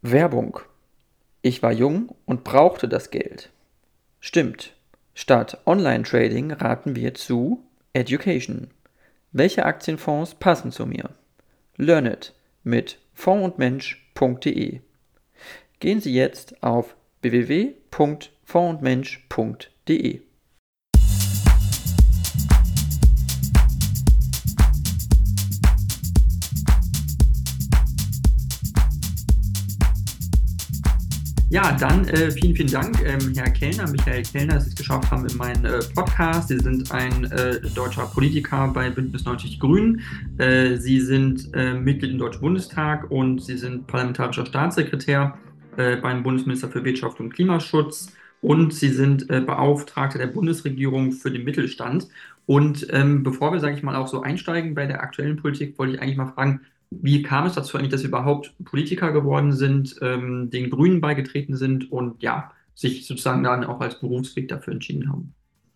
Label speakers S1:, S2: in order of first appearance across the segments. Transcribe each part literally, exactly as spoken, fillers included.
S1: Werbung. Ich war jung und brauchte das Geld. Stimmt. Statt Online-Trading raten wir zu Education. Welche Aktienfonds passen zu mir? Learn it mit fondundmensch.de. Gehen Sie jetzt auf w w w punkt fondundmensch punkt de. Ja, dann äh, vielen, vielen Dank, ähm, Herr Kellner, Michael Kellner, dass Sie es geschafft haben in meinen äh, Podcast. Sie sind ein äh, deutscher Politiker bei Bündnis neunzig Die Grünen. Äh, Sie sind äh, Mitglied im Deutschen Bundestag und Sie sind parlamentarischer Staatssekretär äh, beim Bundesminister für Wirtschaft und Klimaschutz. Und Sie sind äh, Beauftragter der Bundesregierung für den Mittelstand. Und ähm, bevor wir, sage ich mal, auch so einsteigen bei der aktuellen Politik, wollte ich eigentlich mal fragen, wie kam es dazu eigentlich, dass Sie überhaupt Politiker geworden sind, ähm, den Grünen beigetreten sind und ja, sich sozusagen dann auch als Berufsweg dafür entschieden haben?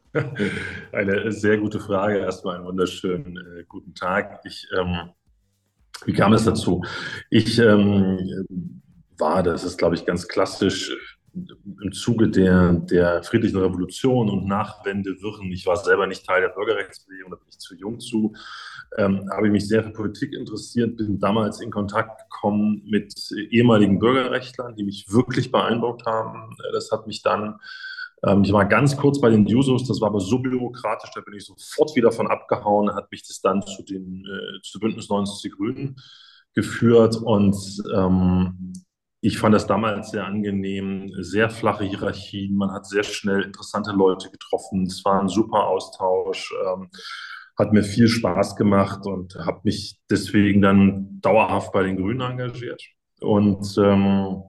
S2: Eine sehr gute Frage. Erstmal einen wunderschönen äh, guten Tag. Ich, ähm, wie kam es dazu? Ich ähm, war, das ist, glaube ich, ganz klassisch, im Zuge der, der friedlichen Revolution und Nachwendewirren. Ich war selber nicht Teil der Bürgerrechtsbewegung, da bin ich zu jung zu. Ähm, habe ich mich sehr für Politik interessiert, bin damals in Kontakt gekommen mit ehemaligen Bürgerrechtlern, die mich wirklich beeindruckt haben. Das hat mich dann ähm, ich war ganz kurz bei den Jusos, das war aber so bürokratisch, da bin ich sofort wieder von abgehauen, hat mich das dann zu den äh, zu Bündnis neunzig Die Grünen geführt und ähm, ich fand das damals sehr angenehm, sehr flache Hierarchien, man hat sehr schnell interessante Leute getroffen, es war ein super Austausch, ähm, hat mir viel Spaß gemacht und habe mich deswegen dann dauerhaft bei den Grünen engagiert. Und ähm,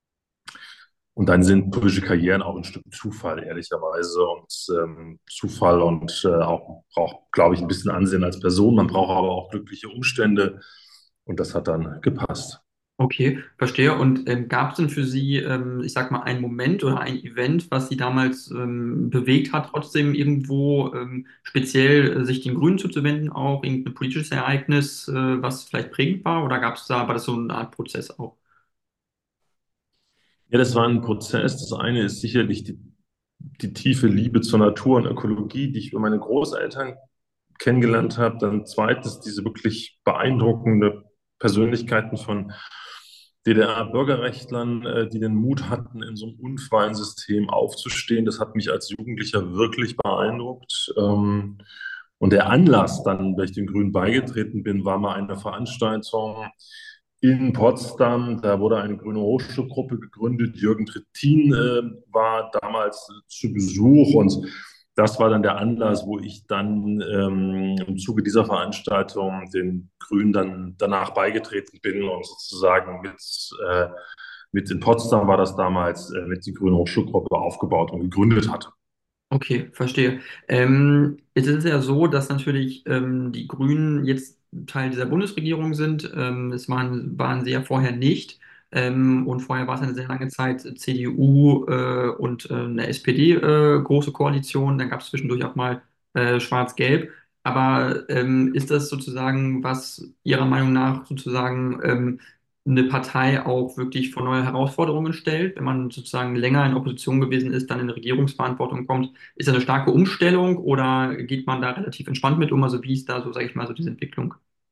S2: und dann sind politische Karrieren auch ein Stück Zufall, ehrlicherweise. Und ähm, Zufall und äh, auch braucht, glaube ich, ein bisschen Ansehen als Person. Man braucht aber auch glückliche Umstände. Und das hat dann gepasst.
S1: Okay, verstehe. Und ähm, gab es denn für Sie, ähm, ich sag mal, einen Moment oder ein Event, was Sie damals ähm, bewegt hat, trotzdem irgendwo ähm, speziell äh, sich den Grünen zuzuwenden, auch irgendein politisches Ereignis, äh, was vielleicht prägend war? Oder gab es da, war das so eine Art Prozess auch?
S2: Ja, das war ein Prozess. Das eine ist sicherlich die, die tiefe Liebe zur Natur und Ökologie, die ich über meine Großeltern kennengelernt habe. Dann zweitens diese wirklich beeindruckende Persönlichkeiten von D D R-Bürgerrechtlern, äh, die den Mut hatten, in so einem unfreien System aufzustehen. Das hat mich als Jugendlicher wirklich beeindruckt. Ähm, und der Anlass dann, weil ich den Grünen beigetreten bin, war mal eine Veranstaltung in Potsdam. Da wurde eine grüne Hochschulgruppe gegründet. Jürgen Trittin äh, war damals zu Besuch und das war dann der Anlass, wo ich dann ähm, im Zuge dieser Veranstaltung den Grünen dann danach beigetreten bin und sozusagen mit, äh, mit in Potsdam war das damals, äh, mit die Grüne Hochschulgruppe aufgebaut und gegründet hatte.
S1: Okay, verstehe. Ähm, es ist ja so, dass natürlich ähm, die Grünen jetzt Teil dieser Bundesregierung sind. Ähm, das waren, waren sie ja vorher nicht. Ähm, und vorher war es eine sehr lange Zeit C D U äh, und äh, eine S P D äh, große Koalition. Dann gab es zwischendurch auch mal äh, Schwarz-Gelb. Aber ähm, ist das sozusagen, was Ihrer Meinung nach sozusagen ähm, eine Partei auch wirklich vor neue Herausforderungen stellt, wenn man sozusagen länger in Opposition gewesen ist, dann in Regierungsverantwortung kommt? Ist das eine starke Umstellung oder geht man da relativ entspannt mit um? Also wie ist da so, sage ich mal, so diese Entwicklung?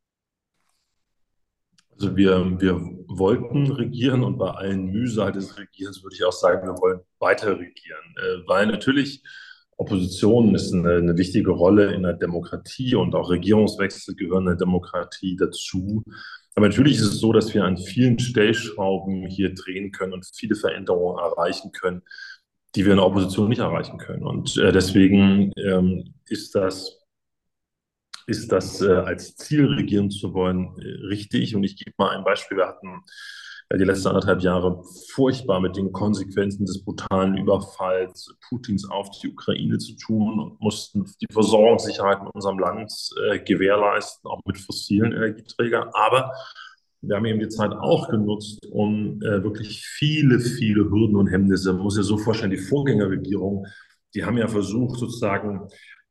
S2: Also wir, wir wollten regieren und bei allen Mühsal des Regierens würde ich auch sagen, wir wollen weiter regieren. Äh, weil natürlich Opposition ist eine, eine wichtige Rolle in der Demokratie und auch Regierungswechsel gehören in der Demokratie dazu. Aber natürlich ist es so, dass wir an vielen Stellschrauben hier drehen können und viele Veränderungen erreichen können, die wir in der Opposition nicht erreichen können. Und äh, deswegen ähm, ist das ist das äh, als Ziel regieren zu wollen äh, richtig. Und ich gebe mal ein Beispiel. Wir hatten äh, die letzten anderthalb Jahre furchtbar mit den Konsequenzen des brutalen Überfalls Putins auf die Ukraine zu tun und mussten die Versorgungssicherheit in unserem Land äh, gewährleisten, auch mit fossilen Energieträgern. Aber wir haben eben die Zeit auch genutzt, um äh, wirklich viele, viele Hürden und Hemmnisse, man muss ja so vorstellen, die Vorgängerregierung, die haben ja versucht, sozusagen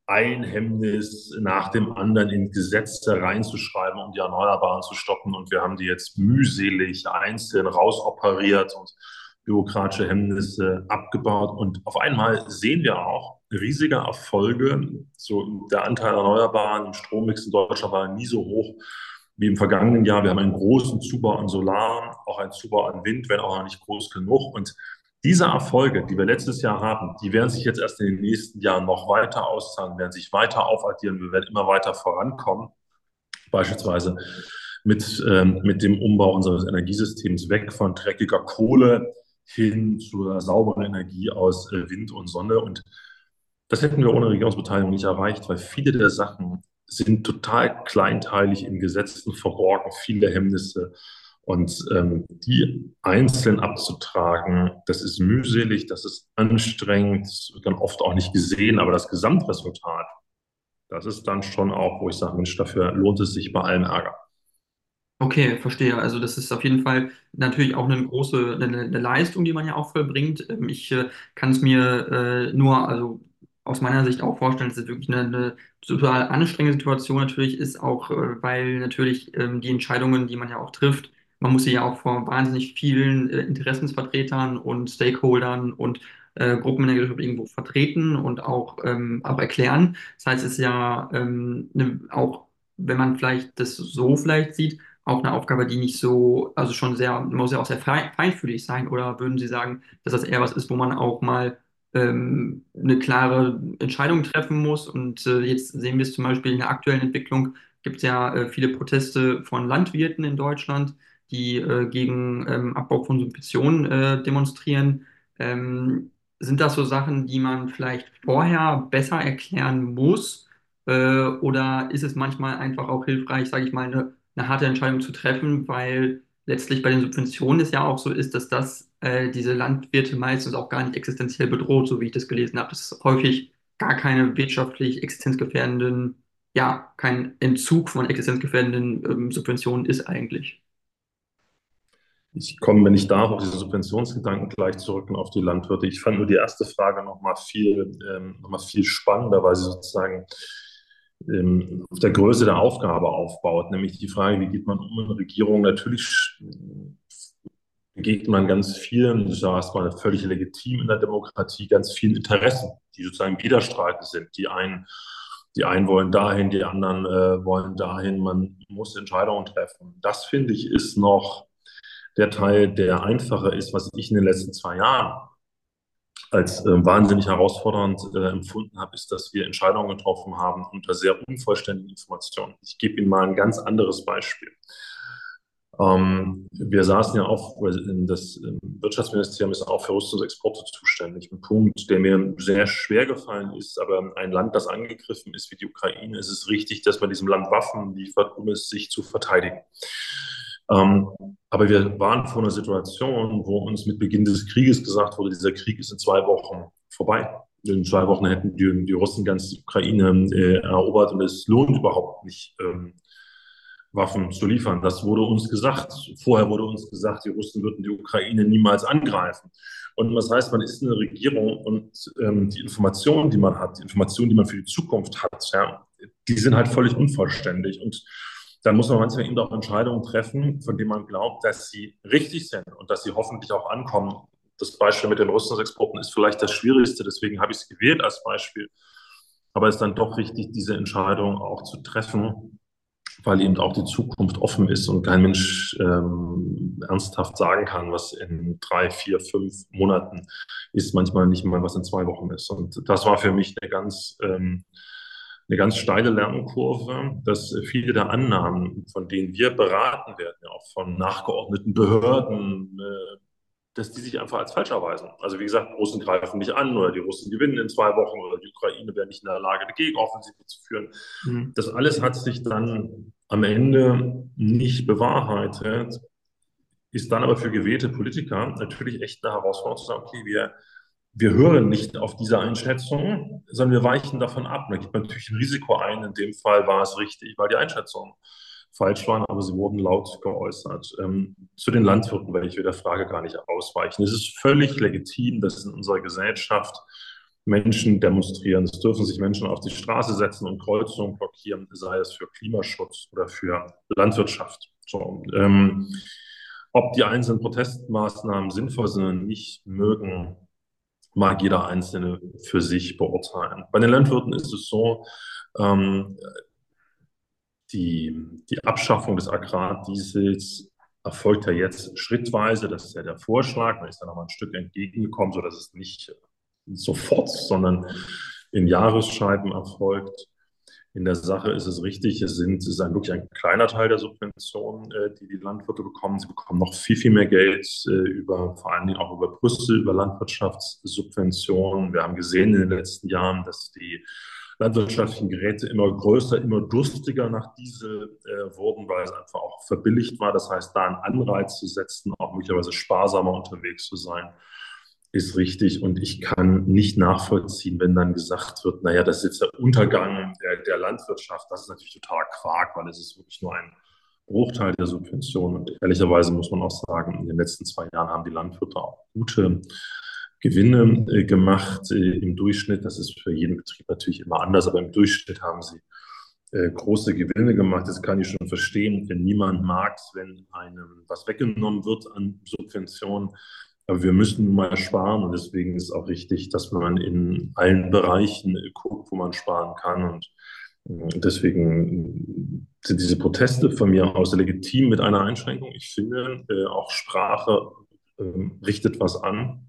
S2: ein Hemmnis nach dem anderen in Gesetze reinzuschreiben, um die Erneuerbaren zu stoppen. Und wir haben die jetzt mühselig einzeln rausoperiert und bürokratische Hemmnisse abgebaut. Und auf einmal sehen wir auch riesige Erfolge. So, der Anteil Erneuerbaren im Strommix in Deutschland war nie so hoch wie im vergangenen Jahr. Wir haben einen großen Zubau an Solar, auch einen Zubau an Wind, wenn auch noch nicht groß genug. Und diese Erfolge, die wir letztes Jahr haben, die werden sich jetzt erst in den nächsten Jahren noch weiter auszahlen, werden sich weiter aufaddieren. Wir werden immer weiter vorankommen, beispielsweise mit, ähm, mit dem Umbau unseres Energiesystems weg von dreckiger Kohle hin zur sauberen Energie aus äh, Wind und Sonne. Und das hätten wir ohne Regierungsbeteiligung nicht erreicht, weil viele der Sachen sind total kleinteilig in Gesetzen verborgen, viele Hemmnisse. Und ähm, die einzeln abzutragen, das ist mühselig, das ist anstrengend, wird dann oft auch nicht gesehen, aber das Gesamtresultat, das ist dann schon auch, wo ich sage, Mensch, dafür lohnt es sich bei allem Ärger.
S1: Okay, verstehe. Also das ist auf jeden Fall natürlich auch eine große eine, eine Leistung, die man ja auch vollbringt. Ähm, Ich äh, kann es mir äh, nur, also aus meiner Sicht auch vorstellen, dass es wirklich eine, eine total anstrengende Situation natürlich ist, auch äh, weil natürlich ähm, die Entscheidungen, die man ja auch trifft, man muss sie ja auch vor wahnsinnig vielen äh, Interessensvertretern und Stakeholdern und äh, Gruppen in der Gesellschaft irgendwo vertreten und auch, ähm, auch erklären. Das heißt, es ist ja ähm, ne, auch, wenn man vielleicht das so vielleicht sieht, auch eine Aufgabe, die nicht so, also schon sehr, muss ja auch sehr fein- feinfühlig sein, oder würden Sie sagen, dass das eher was ist, wo man auch mal ähm, eine klare Entscheidung treffen muss? Und äh, jetzt sehen wir es zum Beispiel in der aktuellen Entwicklung, gibt es ja äh, viele Proteste von Landwirten in Deutschland, die äh, gegen ähm, Abbau von Subventionen äh, demonstrieren. Ähm, Sind das so Sachen, die man vielleicht vorher besser erklären muss? Äh, oder ist es manchmal einfach auch hilfreich, sage ich mal, eine eine harte Entscheidung zu treffen, weil letztlich bei den Subventionen es ja auch so ist, dass das äh, diese Landwirte meistens auch gar nicht existenziell bedroht, so wie ich das gelesen habe. Das ist häufig gar keine wirtschaftlich existenzgefährdenden, ja, kein Entzug von existenzgefährdenden ähm, Subventionen ist eigentlich.
S2: Ich komme, wenn ich darf, auf diese Subventionsgedanken gleich zurück und auf die Landwirte. Ich fand nur die erste Frage noch mal viel, ähm, noch mal viel spannender, weil sie sozusagen ähm, auf der Größe der Aufgabe aufbaut, nämlich die Frage, wie geht man um in Regierung? Natürlich begegnet man ganz vielen, das ist ja erstmal völlig legitim in der Demokratie, ganz vielen Interessen, die sozusagen widerstreitend sind. Die einen, die einen wollen dahin, die anderen äh, wollen dahin. Man muss Entscheidungen treffen. Das finde ich ist noch der Teil, der einfacher ist, was ich in den letzten zwei Jahren als äh, wahnsinnig herausfordernd äh, empfunden habe, ist, dass wir Entscheidungen getroffen haben unter sehr unvollständigen Informationen. Ich gebe Ihnen mal ein ganz anderes Beispiel. Ähm, wir saßen ja auch, das Wirtschaftsministerium ist auch für Rüstungsexporte zuständig. Ein Punkt, der mir sehr schwer gefallen ist, aber ein Land, das angegriffen ist wie die Ukraine, ist es richtig, dass man diesem Land Waffen liefert, um es sich zu verteidigen. Ähm, aber wir waren vor einer Situation, wo uns mit Beginn des Krieges gesagt wurde, dieser Krieg ist in zwei Wochen vorbei. In zwei Wochen hätten die, die Russen ganz die Ukraine äh, erobert und es lohnt überhaupt nicht, ähm, Waffen zu liefern. Das wurde uns gesagt. Vorher wurde uns gesagt, die Russen würden die Ukraine niemals angreifen. Und das heißt, man ist eine Regierung und ähm, die Informationen, die man hat, die Informationen, die man für die Zukunft hat, ja, die sind halt völlig unvollständig. Und dann muss man manchmal eben auch Entscheidungen treffen, von denen man glaubt, dass sie richtig sind und dass sie hoffentlich auch ankommen. Das Beispiel mit den Rüstungsexporten ist vielleicht das Schwierigste, deswegen habe ich es gewählt als Beispiel. Aber es ist dann doch richtig, diese Entscheidung auch zu treffen, weil eben auch die Zukunft offen ist und kein Mensch ähm, ernsthaft sagen kann, was in drei, vier, fünf Monaten ist, manchmal nicht mal, was in zwei Wochen ist. Und das war für mich eine ganz, ähm, eine ganz steile Lernkurve, dass viele der Annahmen, von denen wir beraten werden, ja auch von nachgeordneten Behörden, äh, dass die sich einfach als falsch erweisen. Also wie gesagt, die Russen greifen nicht an oder die Russen gewinnen in zwei Wochen oder die Ukraine wäre nicht in der Lage, eine Gegenoffensive zu führen.
S1: Mhm.
S2: Das alles hat sich dann am Ende nicht bewahrheitet, ist dann aber für gewählte Politiker natürlich echt eine Herausforderung zu sagen, okay, wir, wir hören nicht auf diese Einschätzung, sondern wir weichen davon ab. Da gibt man natürlich ein Risiko ein. In dem Fall war es richtig, weil die Einschätzungen falsch waren, aber sie wurden laut geäußert. Ähm, zu den Landwirten werde ich der Frage gar nicht ausweichen. Es ist völlig legitim, dass in unserer Gesellschaft Menschen demonstrieren, es dürfen sich Menschen auf die Straße setzen und Kreuzungen blockieren, sei es für Klimaschutz oder für Landwirtschaft. So, ähm, ob die einzelnen Protestmaßnahmen sinnvoll sind oder nicht, mögen mag jeder Einzelne für sich beurteilen. Bei den Landwirten ist es so, ähm, die, die Abschaffung des Agrardiesels erfolgt ja jetzt schrittweise. Das ist ja der Vorschlag. Man ist da noch mal ein Stück entgegengekommen, sodass es nicht sofort, sondern in Jahresscheiben erfolgt. In der Sache ist es richtig, es, sind, es ist ein, wirklich ein kleiner Teil der Subventionen, äh, die die Landwirte bekommen. Sie bekommen noch viel, viel mehr Geld, äh, über, vor allen Dingen auch über Brüssel, über Landwirtschaftssubventionen. Wir haben gesehen in den letzten Jahren, dass die landwirtschaftlichen Geräte immer größer, immer durstiger nach Diesel äh, wurden, weil es einfach auch verbilligt war. Das heißt, da einen Anreiz zu setzen, auch möglicherweise sparsamer unterwegs zu sein, ist richtig. Und ich kann nicht nachvollziehen, wenn dann gesagt wird, naja, das ist jetzt der Untergang der, der Landwirtschaft. Das ist natürlich totaler Quark, weil es ist wirklich nur ein Bruchteil der Subventionen. Und ehrlicherweise muss man auch sagen, in den letzten zwei Jahren haben die Landwirte auch gute Gewinne äh, gemacht äh, im Durchschnitt. Das ist für jeden Betrieb natürlich immer anders, aber im Durchschnitt haben sie äh, große Gewinne gemacht. Das kann ich schon verstehen, denn niemand mag es, wenn einem was weggenommen wird an Subventionen. Aber wir müssen mal sparen und deswegen ist es auch richtig, dass man in allen Bereichen guckt, wo man sparen kann. Und äh, deswegen sind diese Proteste von mir aus legitim mit einer Einschränkung. Ich finde, äh, auch Sprache äh, richtet was an.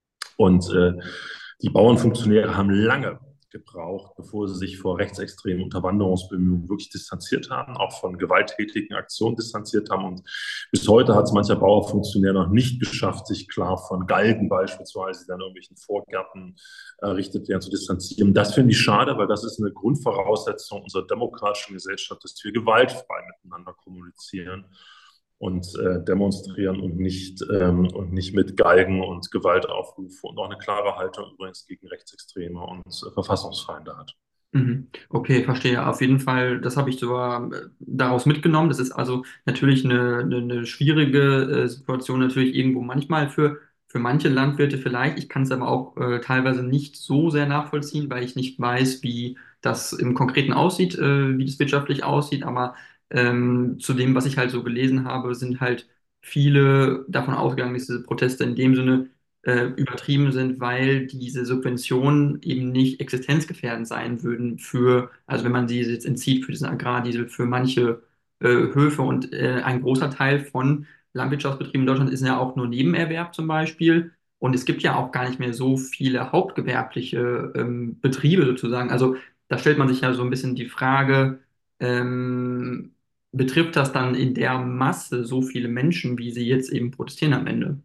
S2: Und äh, die Bauernfunktionäre haben lange gebraucht, bevor sie sich vor rechtsextremen Unterwanderungsbemühungen wirklich distanziert haben, auch von gewalttätigen Aktionen distanziert haben. Und bis heute hat es mancher Bauernfunktionär noch nicht geschafft, sich klar von Galgen beispielsweise, die dann irgendwelchen Vorgärten errichtet werden, zu distanzieren. Das finde ich schade, weil das ist eine Grundvoraussetzung unserer demokratischen Gesellschaft, dass wir gewaltfrei miteinander kommunizieren und äh, demonstrieren und nicht, ähm, und nicht mit Galgen und Gewaltaufrufe und auch eine klare Haltung übrigens gegen Rechtsextreme und äh, Verfassungsfeinde hat.
S1: Mhm. Okay, verstehe. Auf jeden Fall, das habe ich sogar äh, daraus mitgenommen. Das ist also natürlich eine, eine, eine schwierige äh, Situation, natürlich irgendwo manchmal für, für manche Landwirte vielleicht. Ich kann es aber auch äh, teilweise nicht so sehr nachvollziehen, weil ich nicht weiß, wie das im Konkreten aussieht, äh, wie das wirtschaftlich aussieht. Aber ähm, zu dem, was ich halt so gelesen habe, sind halt viele davon ausgegangen, dass diese Proteste in dem Sinne äh, übertrieben sind, weil diese Subventionen eben nicht existenzgefährdend sein würden für, also wenn man sie jetzt entzieht für diesen Agrardiesel, für manche äh, Höfe und äh, ein großer Teil von Landwirtschaftsbetrieben in Deutschland ist ja auch nur Nebenerwerb zum Beispiel. Und es gibt ja auch gar nicht mehr so viele hauptgewerbliche ähm, Betriebe sozusagen. Also da stellt man sich ja so ein bisschen die Frage, ähm, betrifft das dann in der Masse so viele Menschen, wie sie jetzt eben protestieren am Ende?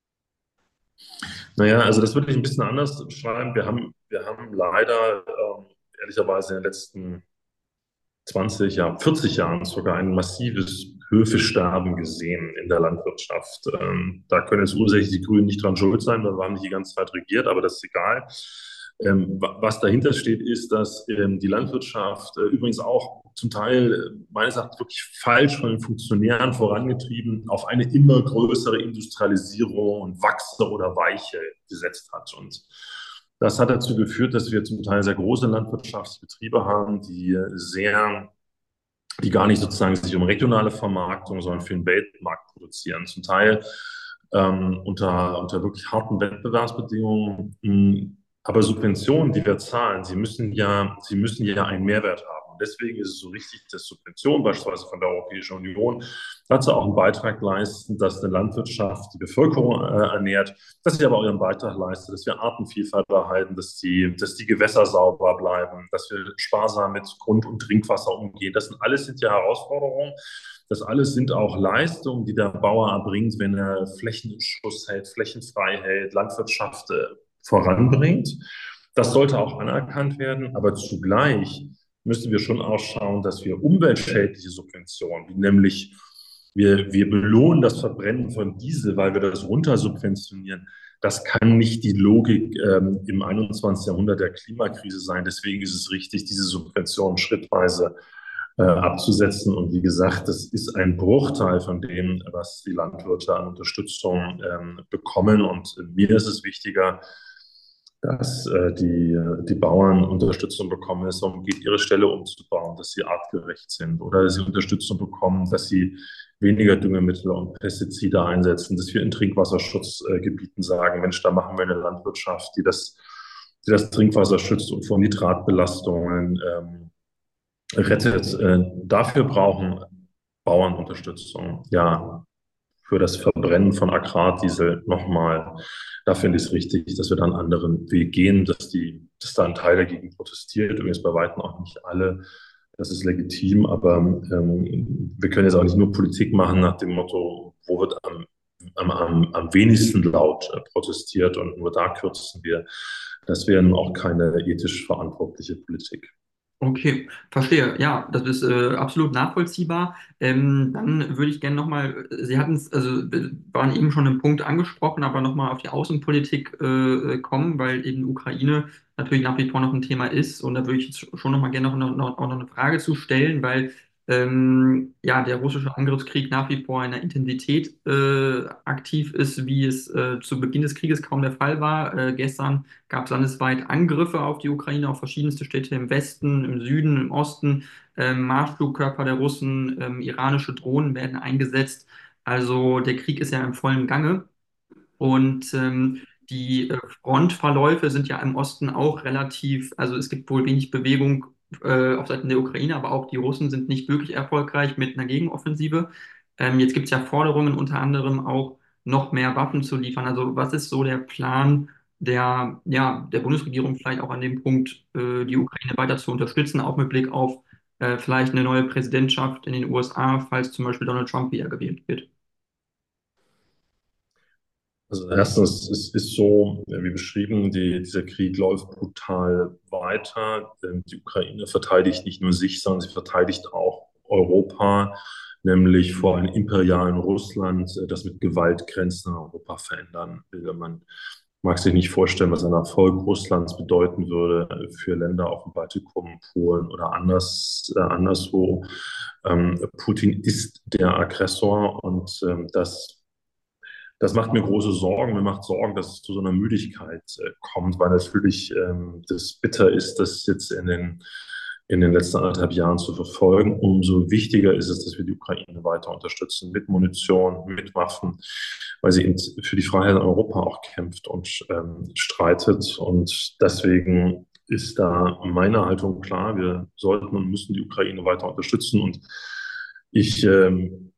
S2: Naja, also das würde ich ein bisschen anders schreiben. Wir haben, wir haben leider ähm, ehrlicherweise in den letzten zwanzig, ja, vierzig Jahren sogar ein massives Höfesterben gesehen in der Landwirtschaft. Ähm, da können jetzt ursächlich die Grünen nicht dran schuld sein, weil wir haben nicht die ganze Zeit regiert, aber das ist egal. Ähm, was dahinter steht, ist, dass ähm, die Landwirtschaft äh, übrigens auch zum Teil äh, meines Erachtens wirklich falsch von den Funktionären vorangetrieben auf eine immer größere Industrialisierung und Wachse oder Weiche gesetzt hat. Und das hat dazu geführt, dass wir zum Teil sehr große Landwirtschaftsbetriebe haben, die sehr, die gar nicht sozusagen sich um regionale Vermarktung, sondern für den Weltmarkt produzieren. Zum Teil ähm, unter, unter wirklich harten Wettbewerbsbedingungen. Mh, aber Subventionen, die wir zahlen, sie müssen ja, sie müssen ja einen Mehrwert haben. Und deswegen ist es so richtig, dass Subventionen beispielsweise von der Europäischen Union dazu auch einen Beitrag leisten, dass eine Landwirtschaft die Bevölkerung äh, ernährt, dass sie aber auch ihren Beitrag leistet, dass wir Artenvielfalt erhalten, dass die, dass die Gewässer sauber bleiben, dass wir sparsam mit Grund- und Trinkwasser umgehen. Das sind alles sind ja Herausforderungen. Das alles sind auch Leistungen, die der Bauer erbringt, wenn er Flächen im Schuss hält, Flächen frei hält, Landwirtschaft äh, voranbringt. Das sollte auch anerkannt werden, aber zugleich müssen wir schon auch schauen, dass wir umweltschädliche Subventionen, wie nämlich wir, wir belohnen das Verbrennen von Diesel, weil wir das runtersubventionieren. Das kann nicht die Logik ähm, im einundzwanzigsten. Jahrhundert der Klimakrise sein. Deswegen ist es richtig, diese Subventionen schrittweise äh, abzusetzen. Und wie gesagt, das ist ein Bruchteil von dem, was die Landwirte an Unterstützung ähm, bekommen. Und mir ist es wichtiger, dass äh, die, die Bauern Unterstützung bekommen, wenn es darum geht, ihre Ställe umzubauen, dass sie artgerecht sind oder dass sie Unterstützung bekommen, dass sie weniger Düngemittel und Pestizide einsetzen, dass wir in Trinkwasserschutzgebieten sagen, Mensch, da machen wir eine Landwirtschaft, die das, die das Trinkwasser schützt und vor Nitratbelastungen ähm, rettet. Äh, dafür brauchen Bauern Unterstützung. Ja, für das Verbrennen von Agrardiesel nochmal. Da finde ich es richtig, dass wir da einen anderen Weg gehen, dass, die, dass da ein Teil dagegen protestiert. Übrigens bei weitem auch nicht alle. Das ist legitim, aber ähm, wir können jetzt auch nicht nur Politik machen nach dem Motto, wo wird am, am, am, am wenigsten laut äh, protestiert und nur da kürzen wir. Das wäre nun auch keine ethisch verantwortliche Politik.
S1: Okay, verstehe. Ja, das ist äh, absolut nachvollziehbar. Ähm, dann würde ich gerne nochmal, Sie hatten es, also wir waren eben schon einen Punkt angesprochen, aber nochmal auf die Außenpolitik äh, kommen, weil eben Ukraine natürlich nach wie vor noch ein Thema ist. Und da würde ich jetzt schon nochmal gerne noch, noch, noch, auch noch eine Frage zu stellen, weil ähm, ja, der russische Angriffskrieg nach wie vor in einer Intensität äh, aktiv ist, wie es äh, zu Beginn des Krieges kaum der Fall war. Äh, gestern gab es landesweit Angriffe auf die Ukraine, auf verschiedenste Städte im Westen, im Süden, im Osten. Ähm, Marschflugkörper der Russen, ähm, iranische Drohnen werden eingesetzt. Also der Krieg ist ja im vollen Gange. Und ähm, die äh, Frontverläufe sind ja im Osten auch relativ, also es gibt wohl wenig Bewegung äh, auf Seiten der Ukraine, aber auch die Russen sind nicht wirklich erfolgreich mit einer Gegenoffensive. Ähm, jetzt gibt es ja Forderungen, unter anderem auch noch mehr Waffen zu liefern. Also was ist so der Plan der, ja, der Bundesregierung vielleicht auch an dem Punkt, äh, die Ukraine weiter zu unterstützen, auch mit Blick auf äh, vielleicht eine neue Präsidentschaft in den U S A, falls zum Beispiel Donald Trump wiedergewählt wird?
S2: Also erstens, es ist so, wie beschrieben, die, dieser Krieg läuft brutal weiter. Ähm, Die Ukraine verteidigt nicht nur sich, sondern sie verteidigt auch Europa, nämlich vor einem imperialen Russland, äh, das mit Gewalt Grenzen in Europa verändern will. Man mag sich nicht vorstellen, was ein Erfolg Russlands bedeuten würde für Länder auf dem Baltikum, Polen oder anders, äh, anderswo. Ähm, Putin ist der Aggressor und ähm, das das macht mir große Sorgen. Mir macht Sorgen, dass es zu so einer Müdigkeit äh, kommt, weil natürlich ähm, das bitter ist, das jetzt in den, in den letzten anderthalb Jahren zu verfolgen. Umso wichtiger ist es, dass wir die Ukraine weiter unterstützen mit Munition, mit Waffen, weil sie eben für die Freiheit in Europa auch kämpft und ähm, streitet. Und deswegen ist da meine Haltung klar. Wir sollten und müssen die Ukraine weiter unterstützen. Und ich ähm,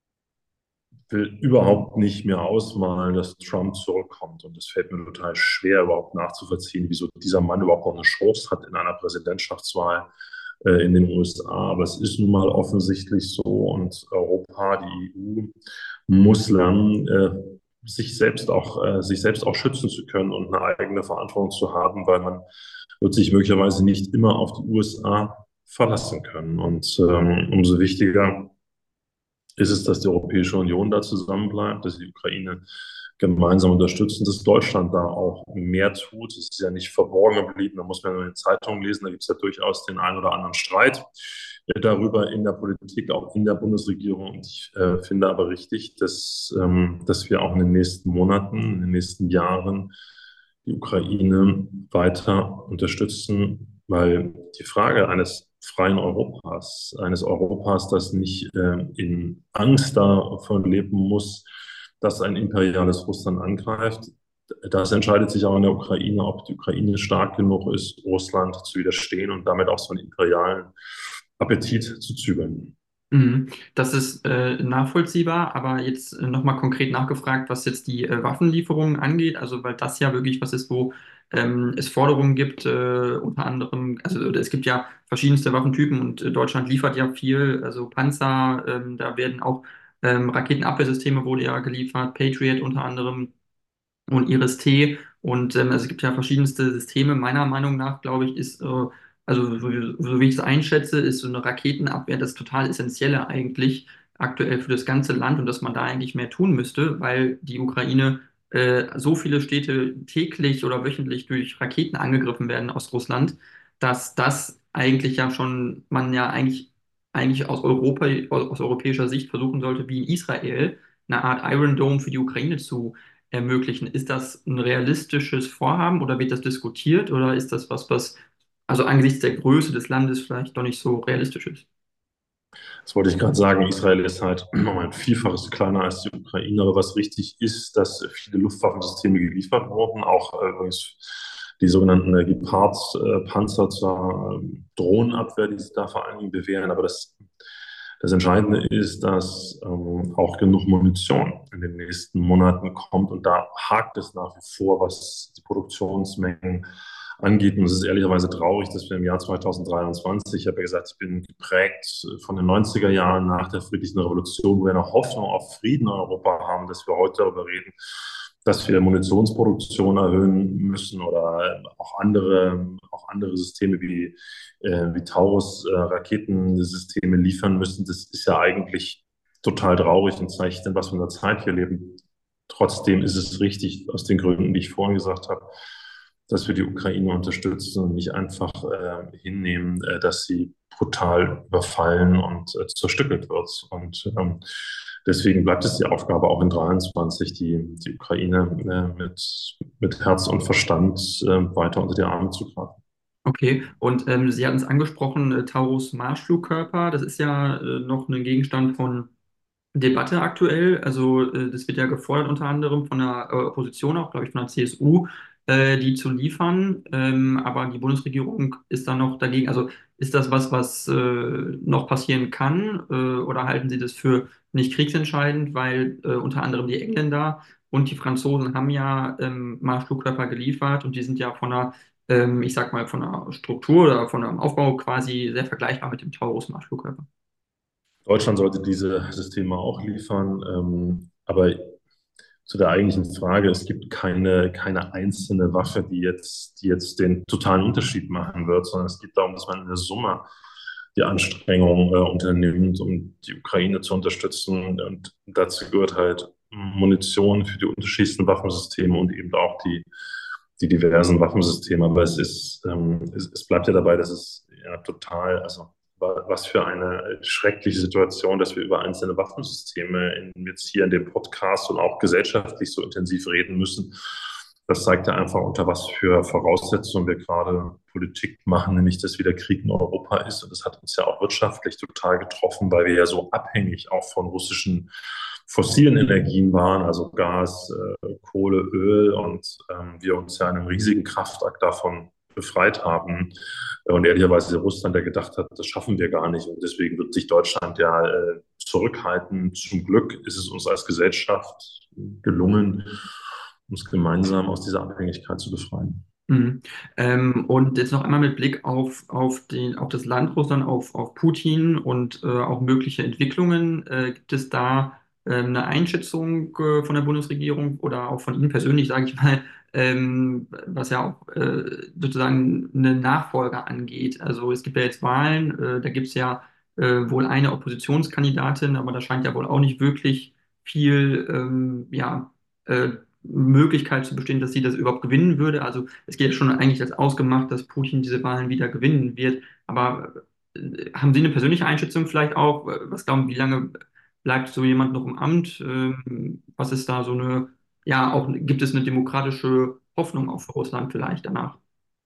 S2: will überhaupt nicht mehr ausmalen, dass Trump zurückkommt. Und es fällt mir total schwer, überhaupt nachzuvollziehen, wieso dieser Mann überhaupt noch eine Chance hat in einer Präsidentschaftswahl äh, in den U S A. Aber es ist nun mal offensichtlich so und Europa, die E U, muss lernen, äh, sich selbst auch, äh, sich selbst auch schützen zu können und eine eigene Verantwortung zu haben, weil man wird sich möglicherweise nicht immer auf die U S A verlassen können. Und ähm, umso wichtiger ist es, dass die Europäische Union da zusammenbleibt, dass die Ukraine gemeinsam unterstützen, dass Deutschland da auch mehr tut. Es ist ja nicht verborgen geblieben, da muss man nur in den Zeitungen lesen, da gibt es ja durchaus den einen oder anderen Streit darüber in der Politik, auch in der Bundesregierung. Und ich äh, finde aber richtig, dass, ähm, dass wir auch in den nächsten Monaten, in den nächsten Jahren die Ukraine weiter unterstützen, weil die Frage eines freien Europas, eines Europas, das nicht äh, in Angst davon leben muss, dass ein imperiales Russland angreift. Das entscheidet sich auch in der Ukraine, ob die Ukraine stark genug ist, Russland zu widerstehen und damit auch so einen imperialen Appetit zu zügeln.
S1: Mhm. Das ist äh, nachvollziehbar, aber jetzt äh, nochmal konkret nachgefragt, was jetzt die äh, Waffenlieferungen angeht, also weil das ja wirklich was ist, wo ähm, es Forderungen gibt, äh, unter anderem, also es gibt ja verschiedenste Waffentypen und äh, Deutschland liefert ja viel, also Panzer, ähm, da werden auch ähm, Raketenabwehrsysteme wurde ja geliefert, Patriot unter anderem und Iris-T. Und ähm, also es gibt ja verschiedenste Systeme. Meiner Meinung nach, glaube ich, ist, äh, also so, so wie ich es einschätze, ist so eine Raketenabwehr das total Essentielle eigentlich aktuell für das ganze Land und dass man da eigentlich mehr tun müsste, weil die Ukraine äh, so viele Städte täglich oder wöchentlich durch Raketen angegriffen werden aus Russland, dass das eigentlich ja schon, man ja eigentlich, eigentlich aus Europa, aus, aus europäischer Sicht versuchen sollte, wie in Israel, eine Art Iron Dome für die Ukraine zu ermöglichen. Ist das ein realistisches Vorhaben oder wird das diskutiert oder ist das was, was also angesichts der Größe des Landes vielleicht doch nicht so realistisch ist?
S2: Das wollte ich gerade sagen. Israel ist halt um ein Vielfaches kleiner als die Ukraine. Aber was richtig ist, dass viele Luftwaffensysteme geliefert wurden, auch äh, übrigens die sogenannten äh, Gepard-Panzer zur äh, Drohnenabwehr, die sich da vor allen Dingen bewähren. Aber das, das Entscheidende ist, dass ähm, auch genug Munition in den nächsten Monaten kommt. Und da hakt es nach wie vor, was die Produktionsmengen angeht. Und es ist ehrlicherweise traurig, dass wir im Jahr zweitausenddreiundzwanzig, ich habe ja gesagt, ich bin geprägt von den neunziger Jahren nach der friedlichen Revolution, wo wir noch Hoffnung auf Frieden in Europa haben, dass wir heute darüber reden, dass wir Munitionsproduktion erhöhen müssen oder auch andere, auch andere Systeme wie, äh, wie Taurus-Raketensysteme liefern müssen. Das ist ja eigentlich total traurig und zeigt dann, was für eine Zeit wir leben. Trotzdem ist es richtig, aus den Gründen, die ich vorhin gesagt habe, dass wir die Ukraine unterstützen und nicht einfach äh, hinnehmen, äh, dass sie brutal überfallen und äh, zerstückelt wird. Und ähm, deswegen bleibt es die Aufgabe auch in dreiundzwanzig, die, die Ukraine äh, mit, mit Herz und Verstand äh, weiter unter die Arme zu greifen.
S1: Okay, und ähm, Sie hatten es angesprochen, äh, Taurus Marschflugkörper, das ist ja äh, noch ein Gegenstand von Debatte aktuell. Also äh, das wird ja gefordert unter anderem von der äh, Opposition auch, glaube ich, von der C S U, äh, die zu liefern. Ähm, aber die Bundesregierung ist da noch dagegen. Also ist das was, was äh, noch passieren kann? Äh, oder halten Sie das für nicht kriegsentscheidend? Weil äh, unter anderem die Engländer und die Franzosen haben ja ähm, Marschflugkörper geliefert und die sind ja von der, ähm, ich sag mal, von der Struktur oder von dem Aufbau quasi sehr vergleichbar mit dem Taurus Marschflugkörper.
S2: Deutschland sollte diese Systeme auch liefern, ähm, aber zu der eigentlichen Frage, es gibt keine, keine einzelne Waffe, die jetzt, die jetzt den totalen Unterschied machen wird, sondern es geht darum, dass man in der Summe die Anstrengungen äh, unternimmt, um die Ukraine zu unterstützen. Und dazu gehört halt Munition für die unterschiedlichsten Waffensysteme und eben auch die, die diversen Waffensysteme. Aber es ist, ähm, es, es bleibt ja dabei, dass es ja total, also was für eine schreckliche Situation, dass wir über einzelne Waffensysteme in, jetzt hier in dem Podcast und auch gesellschaftlich so intensiv reden müssen. Das zeigt ja einfach, unter was für Voraussetzungen wir gerade Politik machen, nämlich dass wieder Krieg in Europa ist. Und das hat uns ja auch wirtschaftlich total getroffen, weil wir ja so abhängig auch von russischen fossilen Energien waren, also Gas, äh, Kohle, Öl und ähm, wir uns ja in einem riesigen Kraftakt davon befreit haben. Und ehrlicherweise Russland, der gedacht hat, das schaffen wir gar nicht. Und deswegen wird sich Deutschland ja äh, zurückhalten. Zum Glück ist es uns als Gesellschaft gelungen, uns gemeinsam aus dieser Abhängigkeit zu befreien.
S1: Mhm. Ähm, und jetzt noch einmal mit Blick auf, auf, den, auf das Land Russland, auf, auf Putin und äh, auch mögliche Entwicklungen. Äh, gibt es da ähm, eine Einschätzung äh, von der Bundesregierung oder auch von Ihnen persönlich, sage ich mal, ähm, was ja auch äh, sozusagen eine Nachfolge angeht? Also es gibt ja jetzt Wahlen, äh, da gibt es ja äh, wohl eine Oppositionskandidatin, aber da scheint ja wohl auch nicht wirklich viel ähm, ja, äh, Möglichkeit zu bestehen, dass sie das überhaupt gewinnen würde. Also es geht ja schon eigentlich als ausgemacht, dass Putin diese Wahlen wieder gewinnen wird. Aber äh, haben Sie eine persönliche Einschätzung vielleicht auch? Äh, Was glauben, wie lange bleibt so jemand noch im Amt? Ähm, was ist da so eine, ja, auch gibt es eine demokratische Hoffnung auf Russland vielleicht danach?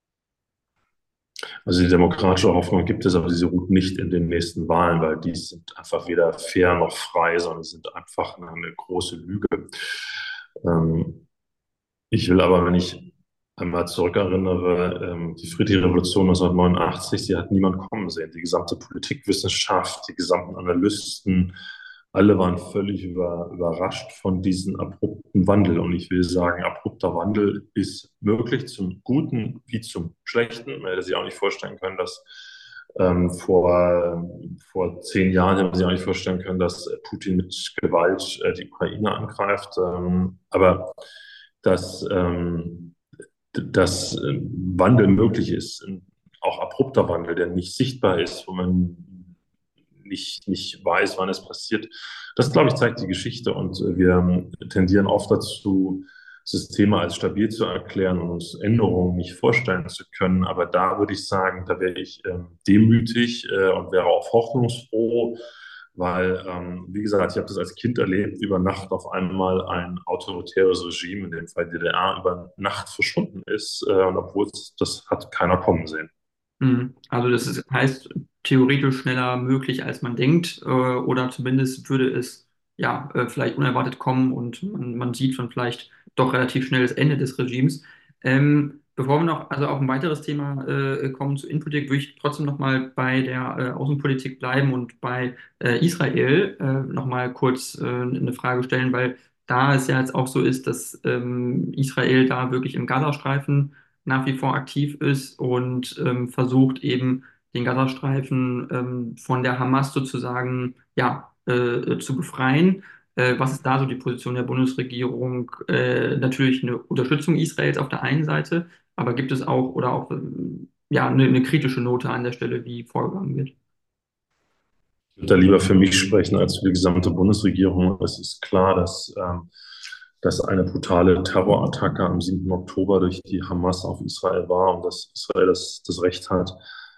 S2: Also die demokratische Hoffnung gibt es, aber diese ruht nicht in den nächsten Wahlen, weil die sind einfach weder fair noch frei, sondern sind einfach eine, eine große Lüge. Ähm, Ich will aber, wenn ich einmal zurückerinnere, ähm, die friedliche Revolution neunzehnhundertneunundachtzig, die hat niemand kommen sehen. Die gesamte Politikwissenschaft, die gesamten Analysten, alle waren völlig über, überrascht von diesem abrupten Wandel. Und ich will sagen, abrupter Wandel ist möglich zum Guten wie zum Schlechten. Man hätte sich auch nicht vorstellen können, dass ähm, vor, vor zehn Jahren hätte man sich auch nicht vorstellen können, dass Putin mit Gewalt äh, die Ukraine angreift. Ähm, aber dass, ähm, dass äh, Wandel möglich ist, auch abrupter Wandel, der nicht sichtbar ist, wo man nicht, nicht weiß, wann es passiert. Das, glaube ich, zeigt die Geschichte und äh, wir tendieren oft dazu, Systeme als stabil zu erklären und uns Änderungen nicht vorstellen zu können. Aber da würde ich sagen, da wäre ich ähm, demütig äh, und wäre auch hoffnungsfroh, weil, ähm, wie gesagt, ich habe das als Kind erlebt, über Nacht auf einmal ein autoritäres Regime, in dem Fall D D R, über Nacht verschwunden ist, äh, und obwohl es, das hat keiner kommen sehen.
S1: Mhm. Also das ist, heißt theoretisch schneller möglich, als man denkt, äh, oder zumindest würde es ja äh, vielleicht unerwartet kommen und man, man sieht schon vielleicht doch relativ schnell das Ende des Regimes. Ähm, bevor wir noch also auf ein weiteres Thema äh, kommen zu Innenpolitik, würde ich trotzdem noch mal bei der äh, Außenpolitik bleiben und bei äh, Israel äh, noch mal kurz äh, eine Frage stellen, weil da es ja jetzt auch so ist, dass ähm, Israel da wirklich im Gazastreifen nach wie vor aktiv ist und ähm, versucht eben den Gazastreifen ähm, von der Hamas sozusagen ja, äh, zu befreien. Äh, was ist da so die Position der Bundesregierung? Äh, natürlich eine Unterstützung Israels auf der einen Seite, aber gibt es auch oder auch ähm, ja, eine, eine kritische Note an der Stelle, wie vorgegangen wird?
S2: Ich würde da lieber für mich sprechen als für die gesamte Bundesregierung. Es ist klar, dass, ähm, dass eine brutale Terrorattacke am siebten Oktober durch die Hamas auf Israel war und dass Israel das, das Recht hat,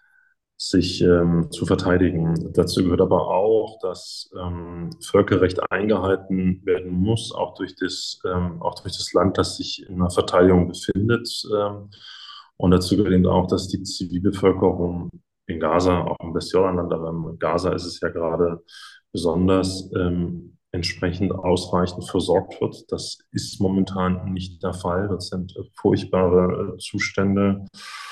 S2: sich ähm, zu verteidigen. Dazu gehört aber auch, dass ähm, Völkerrecht eingehalten werden muss, auch durch das, ähm, auch durch das Land, das sich in einer Verteidigung befindet. Ähm, und dazu gehört eben auch, dass die Zivilbevölkerung in Gaza, auch im Westjordanland, aber in Gaza ist es ja gerade besonders, ähm, entsprechend ausreichend versorgt wird. Das ist momentan nicht der Fall. Das sind äh, furchtbare äh, Zustände.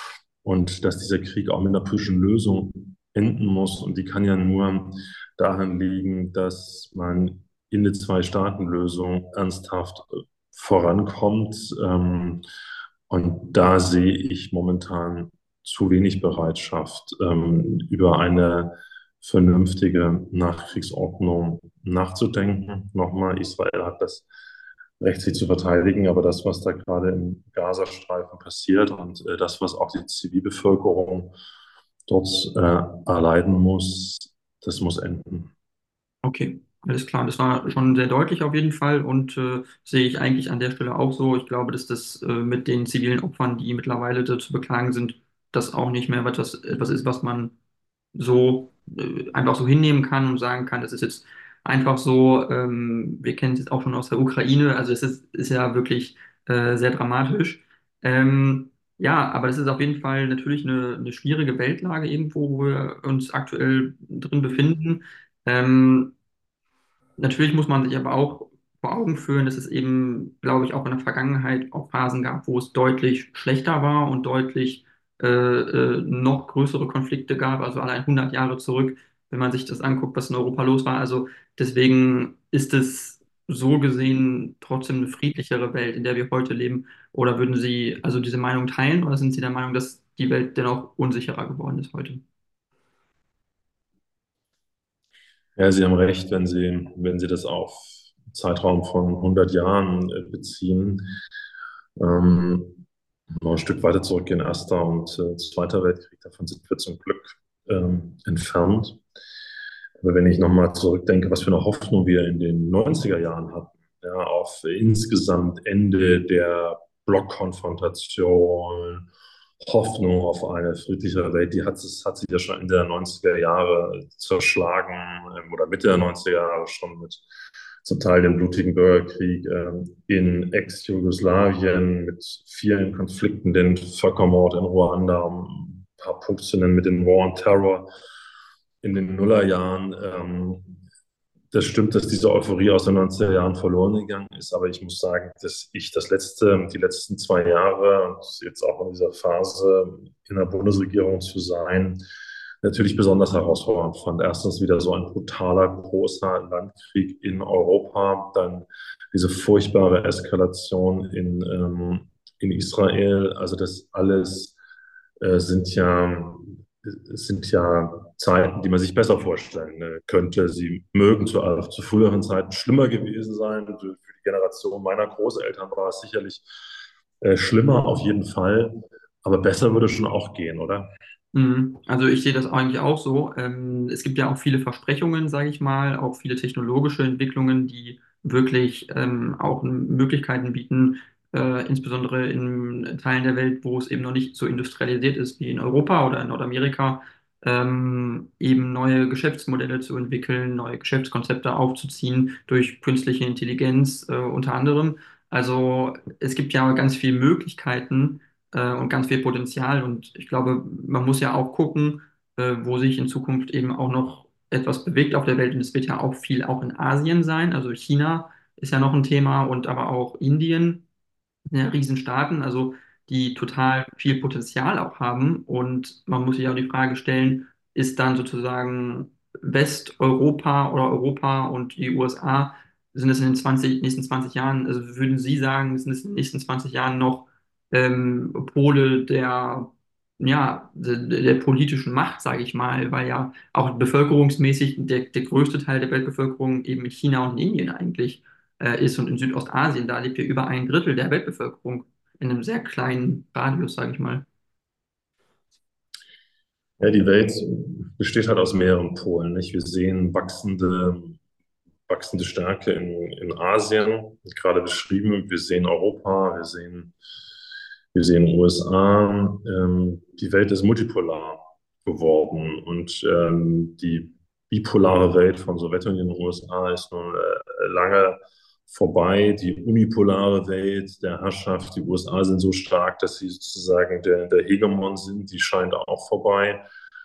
S2: Und dass dieser Krieg auch mit einer politischen Lösung enden muss. Und die kann ja nur daran liegen, dass man in eine Zwei-Staaten-Lösung ernsthaft äh, vorankommt. Ähm, und da sehe ich momentan zu wenig Bereitschaft, ähm, über eine vernünftige Nachkriegsordnung nachzudenken. Nochmal, Israel hat das Recht, sich zu verteidigen, aber das, was da gerade im Gazastreifen passiert und äh, das, was auch die Zivilbevölkerung dort äh, erleiden muss, das muss enden.
S1: Okay, alles klar. Das war schon sehr deutlich auf jeden Fall und äh, sehe ich eigentlich an der Stelle auch so. Ich glaube, dass das äh, mit den zivilen Opfern, die mittlerweile da zu beklagen sind, das auch nicht mehr etwas, etwas ist, was man so äh, einfach so hinnehmen kann und sagen kann, das ist jetzt einfach so. Ähm, wir kennen es jetzt auch schon aus der Ukraine. Also es ist, ist ja wirklich äh, sehr dramatisch. Ähm, ja, aber das ist auf jeden Fall natürlich eine, eine schwierige Weltlage irgendwo, wo wir uns aktuell drin befinden. Ähm, Natürlich muss man sich aber auch vor Augen führen, dass es eben, glaube ich, auch in der Vergangenheit auch Phasen gab, wo es deutlich schlechter war und deutlich äh, äh, noch größere Konflikte gab, also allein hundert Jahre zurück, wenn man sich das anguckt, was in Europa los war. Also deswegen ist es so gesehen trotzdem eine friedlichere Welt, in der wir heute leben. Oder würden Sie also diese Meinung teilen oder sind Sie der Meinung, dass die Welt dennoch unsicherer geworden ist heute?
S2: Ja, Sie haben recht, wenn Sie, wenn Sie das auf einen Zeitraum von hundert Jahren äh, beziehen. Ähm, noch ein Stück weiter zurückgehen, Erster und äh, Zweiter Weltkrieg, davon sind wir zum Glück ähm, entfernt. Aber wenn ich nochmal zurückdenke, was für eine Hoffnung wir in den neunziger Jahren hatten, ja, auf insgesamt Ende der Blockkonfrontation, Hoffnung auf eine friedlichere Welt, die hat, es, hat sich ja schon Ende der neunziger Jahre zerschlagen, ähm, oder Mitte der neunziger Jahre schon mit zum Teil dem blutigen Bürgerkrieg ähm, in Ex-Jugoslawien, mit vielen Konflikten, den Völkermord in Ruanda, um ein paar Punkte zu nennen, mit dem War on Terror in den Nullerjahren. Ähm, das stimmt, dass diese Euphorie aus den neunziger Jahren verloren gegangen ist, aber ich muss sagen, dass ich das letzte, die letzten zwei Jahre und jetzt auch in dieser Phase in der Bundesregierung zu sein, natürlich besonders herausfordernd fand. Erstens wieder so ein brutaler, großer Landkrieg in Europa, dann diese furchtbare Eskalation in, ähm, in Israel. Also das alles äh, sind ja sind ja Zeiten, die man sich besser vorstellen äh, könnte. Sie mögen zu, äh, zu früheren Zeiten schlimmer gewesen sein. Für die Generation meiner Großeltern war es sicherlich äh, schlimmer auf jeden Fall. Aber besser würde schon auch gehen, oder?
S1: Mhm. Also ich sehe das eigentlich auch so. Ähm, es gibt ja auch viele Versprechungen, sage ich mal, auch viele technologische Entwicklungen, die wirklich ähm, auch Möglichkeiten bieten, äh, insbesondere in Teilen der Welt, wo es eben noch nicht so industrialisiert ist wie in Europa oder in Nordamerika. ähm, eben neue Geschäftsmodelle zu entwickeln, neue Geschäftskonzepte aufzuziehen durch künstliche Intelligenz, äh, unter anderem. Also es gibt ja ganz viele Möglichkeiten, äh, und ganz viel Potenzial. Und ich glaube, man muss ja auch gucken, äh, wo sich in Zukunft eben auch noch etwas bewegt auf der Welt. Und es wird ja auch viel auch in Asien sein. Also China ist ja noch ein Thema und aber auch Indien, ja, Riesenstaaten, also die total viel Potenzial auch haben. Und man muss sich auch die Frage stellen, ist dann sozusagen Westeuropa oder Europa und die U S A, sind es in den zwanzig, nächsten zwanzig Jahren, also würden Sie sagen, sind es in den nächsten zwanzig Jahren noch ähm, Pole der, ja, der, der politischen Macht, sage ich mal, weil ja auch bevölkerungsmäßig der, der größte Teil der Weltbevölkerung eben in China und in Indien eigentlich äh, ist und in Südostasien, da lebt ja über ein Drittel der Weltbevölkerung in einem sehr kleinen Radius, sage ich mal.
S2: Ja, die Welt besteht halt aus mehreren Polen, nicht? Wir sehen wachsende, wachsende Stärke in, in Asien, gerade beschrieben. Wir sehen Europa, wir sehen, wir sehen U S A. Ähm, die Welt ist multipolar geworden und ähm, die bipolare Welt von Sowjetunion und U S A ist nun äh, lange vorbei. Die unipolare Welt der Herrschaft, die U S A sind so stark, dass sie sozusagen der, der Hegemon sind, die scheint auch vorbei.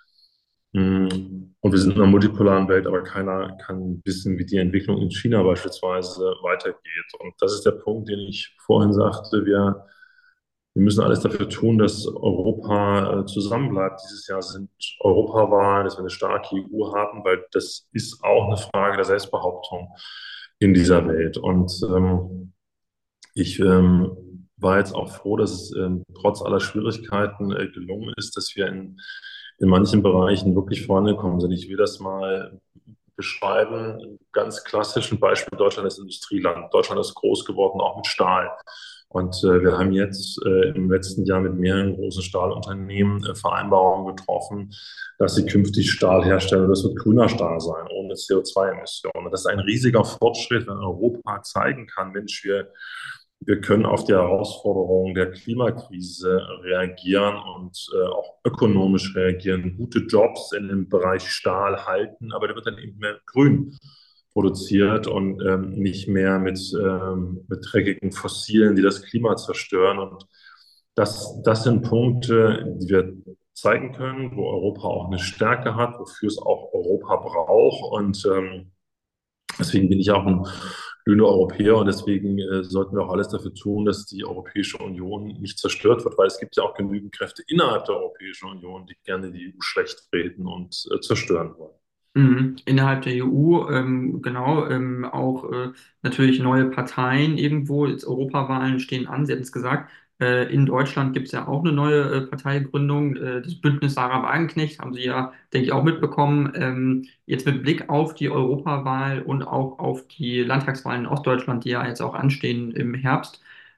S2: Mm, Und wir sind in einer multipolaren Welt, aber keiner kann wissen, wie die Entwicklung in China beispielsweise weitergeht. Und das ist der Punkt, den ich vorhin sagte. Wir, wir müssen alles dafür tun, dass Europa äh, zusammenbleibt. Dieses Jahr sind Europawahlen, dass wir eine starke E U haben, weil das ist auch eine Frage der Selbstbehauptung in dieser Welt. Und ähm, ich ähm, war jetzt auch froh, dass es ähm, trotz aller Schwierigkeiten äh, gelungen ist, dass wir in, in manchen Bereichen wirklich vorangekommen sind. Ich will das mal beschreiben. Ein ganz klassisches Beispiel: Deutschland ist Industrieland. Deutschland ist groß geworden, auch mit Stahl. Und äh, wir haben jetzt äh, im letzten Jahr mit mehreren großen Stahlunternehmen äh, Vereinbarungen getroffen, dass sie künftig Stahl herstellen. Und das wird grüner Stahl sein, ohne C O zwei Emissionen. Das ist ein riesiger Fortschritt, wenn Europa zeigen kann, Mensch, wir wir können auf die Herausforderungen der Klimakrise reagieren und äh, auch ökonomisch reagieren, gute Jobs in dem Bereich Stahl halten, aber der wird dann eben mehr grün produziert und ähm, nicht mehr mit, ähm, mit dreckigen Fossilen, die das Klima zerstören. Und das, das sind Punkte, die wir zeigen können, wo Europa auch eine Stärke hat, wofür es auch Europa braucht. Und ähm, deswegen bin ich auch ein glühender Europäer und deswegen äh, sollten wir auch alles dafür tun, dass die Europäische Union nicht zerstört wird, weil es gibt ja auch genügend Kräfte innerhalb der Europäischen Union, die gerne die E U schlecht reden und äh, zerstören wollen.
S1: Mhm. Innerhalb der E U, ähm, genau, ähm, auch äh, natürlich neue Parteien irgendwo. Jetzt Europawahlen stehen an, Sie hatten es gesagt. Äh, in Deutschland gibt es ja auch eine neue äh, Parteigründung, äh, das Bündnis Sarah Wagenknecht, haben Sie ja, denke ich, auch mitbekommen. Ähm, jetzt mit Blick auf die Europawahl und auch auf die Landtagswahlen in Ostdeutschland, die ja jetzt auch anstehen im Herbst.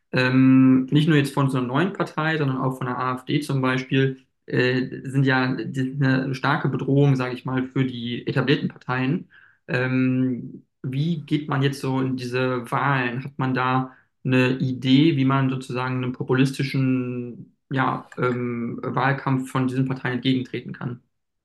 S1: Ähm, nicht nur jetzt von so einer neuen Partei, sondern auch von der AfD zum Beispiel äh, sind ja die, eine starke Bedrohung, sage ich mal, für die etablierten Parteien. Ähm, wie geht man jetzt so in diese Wahlen? Hat man da eine Idee, wie man sozusagen einem populistischen, ja, ähm, Wahlkampf von diesen Parteien entgegentreten kann?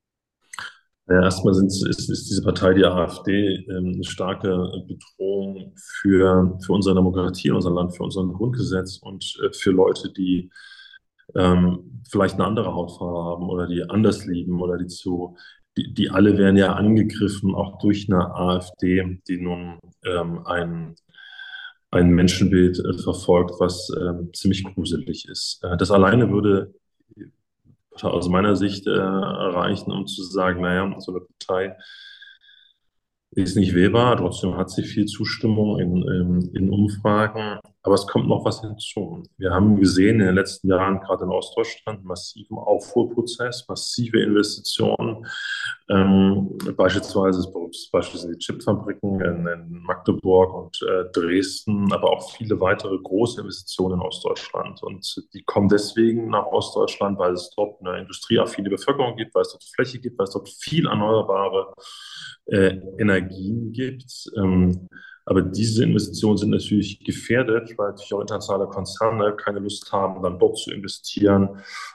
S2: Ja, erstmal sind, ist, ist diese Partei, die AfD, ähm, eine starke Bedrohung für, für unsere Demokratie, unser Land, für unser Grundgesetz und äh, für Leute, die ähm, vielleicht eine andere Hautfarbe haben oder die anders lieben oder die zu, die, die alle werden ja angegriffen, auch durch eine AfD, die nun ähm, ein, ein Menschenbild äh, verfolgt, was ähm, ziemlich gruselig ist. Äh, das alleine würde aus meiner Sicht äh, reichen, um zu sagen, naja, so eine Partei ist nicht wählbar, trotzdem hat sie viel Zustimmung in, in, in Umfragen. Aber es kommt noch was hinzu. Wir haben gesehen in den letzten Jahren, gerade in Ostdeutschland, massiven Aufholprozess, massive Investitionen. Ähm, beispielsweise das Beispiel sind die Chipfabriken in, in Magdeburg und äh, Dresden, aber auch viele weitere große Investitionen in Ostdeutschland. Und die kommen deswegen nach Ostdeutschland, weil es dort eine industrieaffine Bevölkerung gibt, weil es dort Fläche gibt, weil es dort viel erneuerbare äh, Energien gibt. Ähm, Aber diese Investitionen sind natürlich gefährdet, weil natürlich auch internationale Konzerne keine Lust haben, dann dort zu investieren,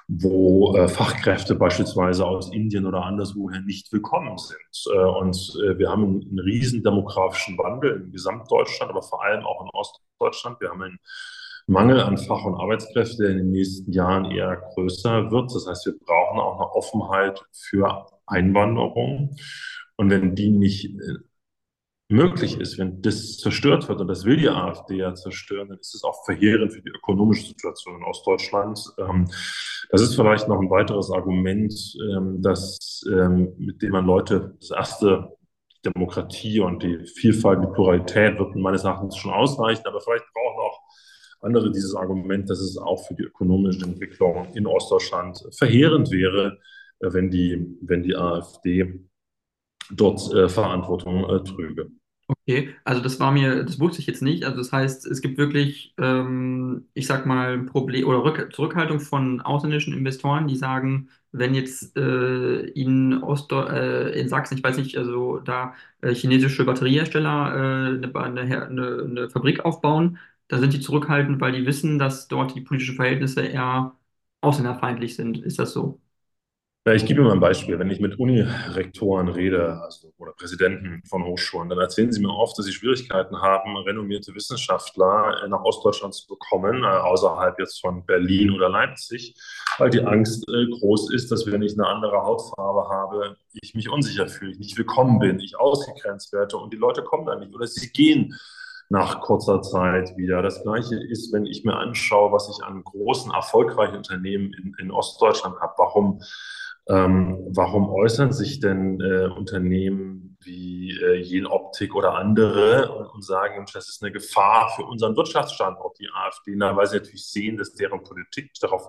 S2: wo äh, Fachkräfte beispielsweise aus Indien oder anderswoher nicht willkommen sind. Äh, und äh, wir haben einen, einen riesen demografischen Wandel in Gesamtdeutschland, aber vor allem auch in Ostdeutschland. Wir haben einen Mangel an Fach- und Arbeitskräften, der in den nächsten Jahren eher größer wird. Das heißt, wir brauchen auch eine Offenheit für Einwanderung. Und wenn die nicht äh, möglich ist, wenn das zerstört wird, und das will die AfD ja zerstören, dann ist es auch verheerend für die ökonomische Situation in Ostdeutschland. Ähm, das ist vielleicht noch ein weiteres Argument, ähm, das, ähm, mit dem man Leute, das erste, die Demokratie und die Vielfalt, die Pluralität wird meines Erachtens schon ausreichen, aber vielleicht brauchen auch andere dieses Argument, dass es auch für die ökonomische Entwicklung in Ostdeutschland verheerend wäre, äh, wenn die, wenn die AfD dort äh, Verantwortung äh, trüge.
S1: Okay, also das war mir, das wusste ich jetzt nicht. Also das heißt, es gibt wirklich, ähm, ich sag mal, Problem oder Rück Zurückhaltung von ausländischen Investoren, die sagen, wenn jetzt äh, in Ost äh, in Sachsen, ich weiß nicht, also da äh, chinesische Batteriehersteller äh, eine, eine, eine, eine Fabrik aufbauen, da sind die zurückhaltend, weil die wissen, dass dort die politischen Verhältnisse eher ausländerfeindlich sind. Ist das so?
S2: Ja, ich gebe Ihnen mal ein Beispiel. Wenn ich mit Unirektoren rede, also oder Präsidenten von Hochschulen, dann erzählen sie mir oft, dass sie Schwierigkeiten haben, renommierte Wissenschaftler äh, nach Ostdeutschland zu bekommen, äh, außerhalb jetzt von Berlin oder Leipzig, weil die Angst äh, groß ist, dass wenn ich eine andere Hautfarbe habe, ich mich unsicher fühle, ich nicht willkommen bin, ich ausgegrenzt werde und die Leute kommen dann nicht oder sie gehen nach kurzer Zeit wieder. Das Gleiche ist, wenn ich mir anschaue, was ich an großen, erfolgreichen Unternehmen in, in Ostdeutschland habe. Warum ähm, warum äußern sich denn äh, Unternehmen wie äh, Jenoptik oder andere und, und sagen, Mensch, das ist eine Gefahr für unseren Wirtschaftsstandort, die AfD, na, weil sie natürlich sehen, dass deren Politik darauf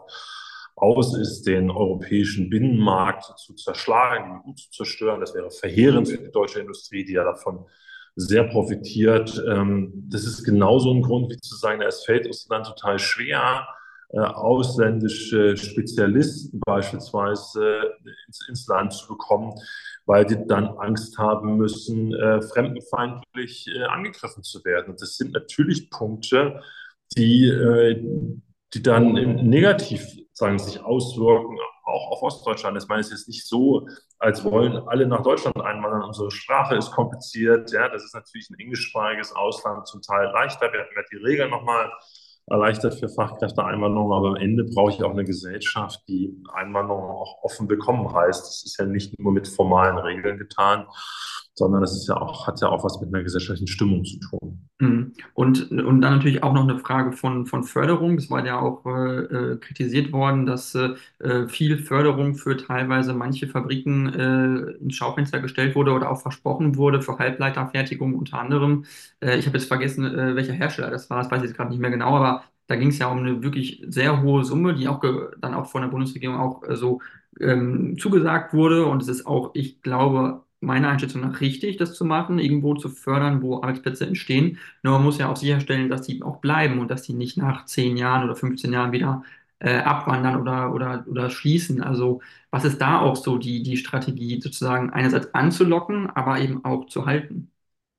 S2: aus ist, den europäischen Binnenmarkt zu zerschlagen, die E U zu zerstören. Das wäre verheerend für die deutsche Industrie, die ja davon sehr profitiert. Ähm, das ist genauso ein Grund, wie zu sagen, es fällt uns dann total schwer, äh, ausländische Spezialisten beispielsweise ins, ins Land zu bekommen, weil die dann Angst haben müssen, äh, fremdenfeindlich äh, angegriffen zu werden. Und das sind natürlich Punkte, die, äh, die dann negativ sagen, sich auswirken, auch auf Ostdeutschland. Ich meine, es ist nicht so, als wollen alle nach Deutschland einwandern. Unsere Sprache ist kompliziert. Ja, das ist natürlich ein englischsprachiges Ausland zum Teil leichter. Wir hatten ja die Regeln nochmal erleichtert für Fachkräfteeinwanderung, aber am Ende brauche ich auch eine Gesellschaft, die Einwanderung auch offen willkommen heißt. Das ist ja nicht nur mit formalen Regeln getan, sondern es ist ja auch, hat ja auch was mit einer gesellschaftlichen Stimmung zu tun.
S1: Mhm. Und, und dann natürlich auch noch eine Frage von, von Förderung. Das war ja auch äh, äh, kritisiert worden, dass äh, äh, viel Förderung für teilweise manche Fabriken äh, ins Schaufenster gestellt wurde oder auch versprochen wurde für Halbleiterfertigung unter anderem. Äh, ich habe jetzt vergessen, äh, welcher Hersteller das war, das weiß ich jetzt gerade nicht mehr genau, aber da ging es ja um eine wirklich sehr hohe Summe, die auch ge- dann auch von der Bundesregierung auch äh, so ähm, zugesagt wurde. Und es ist auch, ich glaube, meiner Einschätzung nach richtig, das zu machen, irgendwo zu fördern, wo Arbeitsplätze entstehen. Nur man muss ja auch sicherstellen, dass die auch bleiben und dass die nicht nach zehn Jahren oder fünfzehn Jahren wieder äh, abwandern oder, oder, oder schließen. Also was ist da auch so die, die Strategie, sozusagen einerseits anzulocken, aber eben auch zu halten?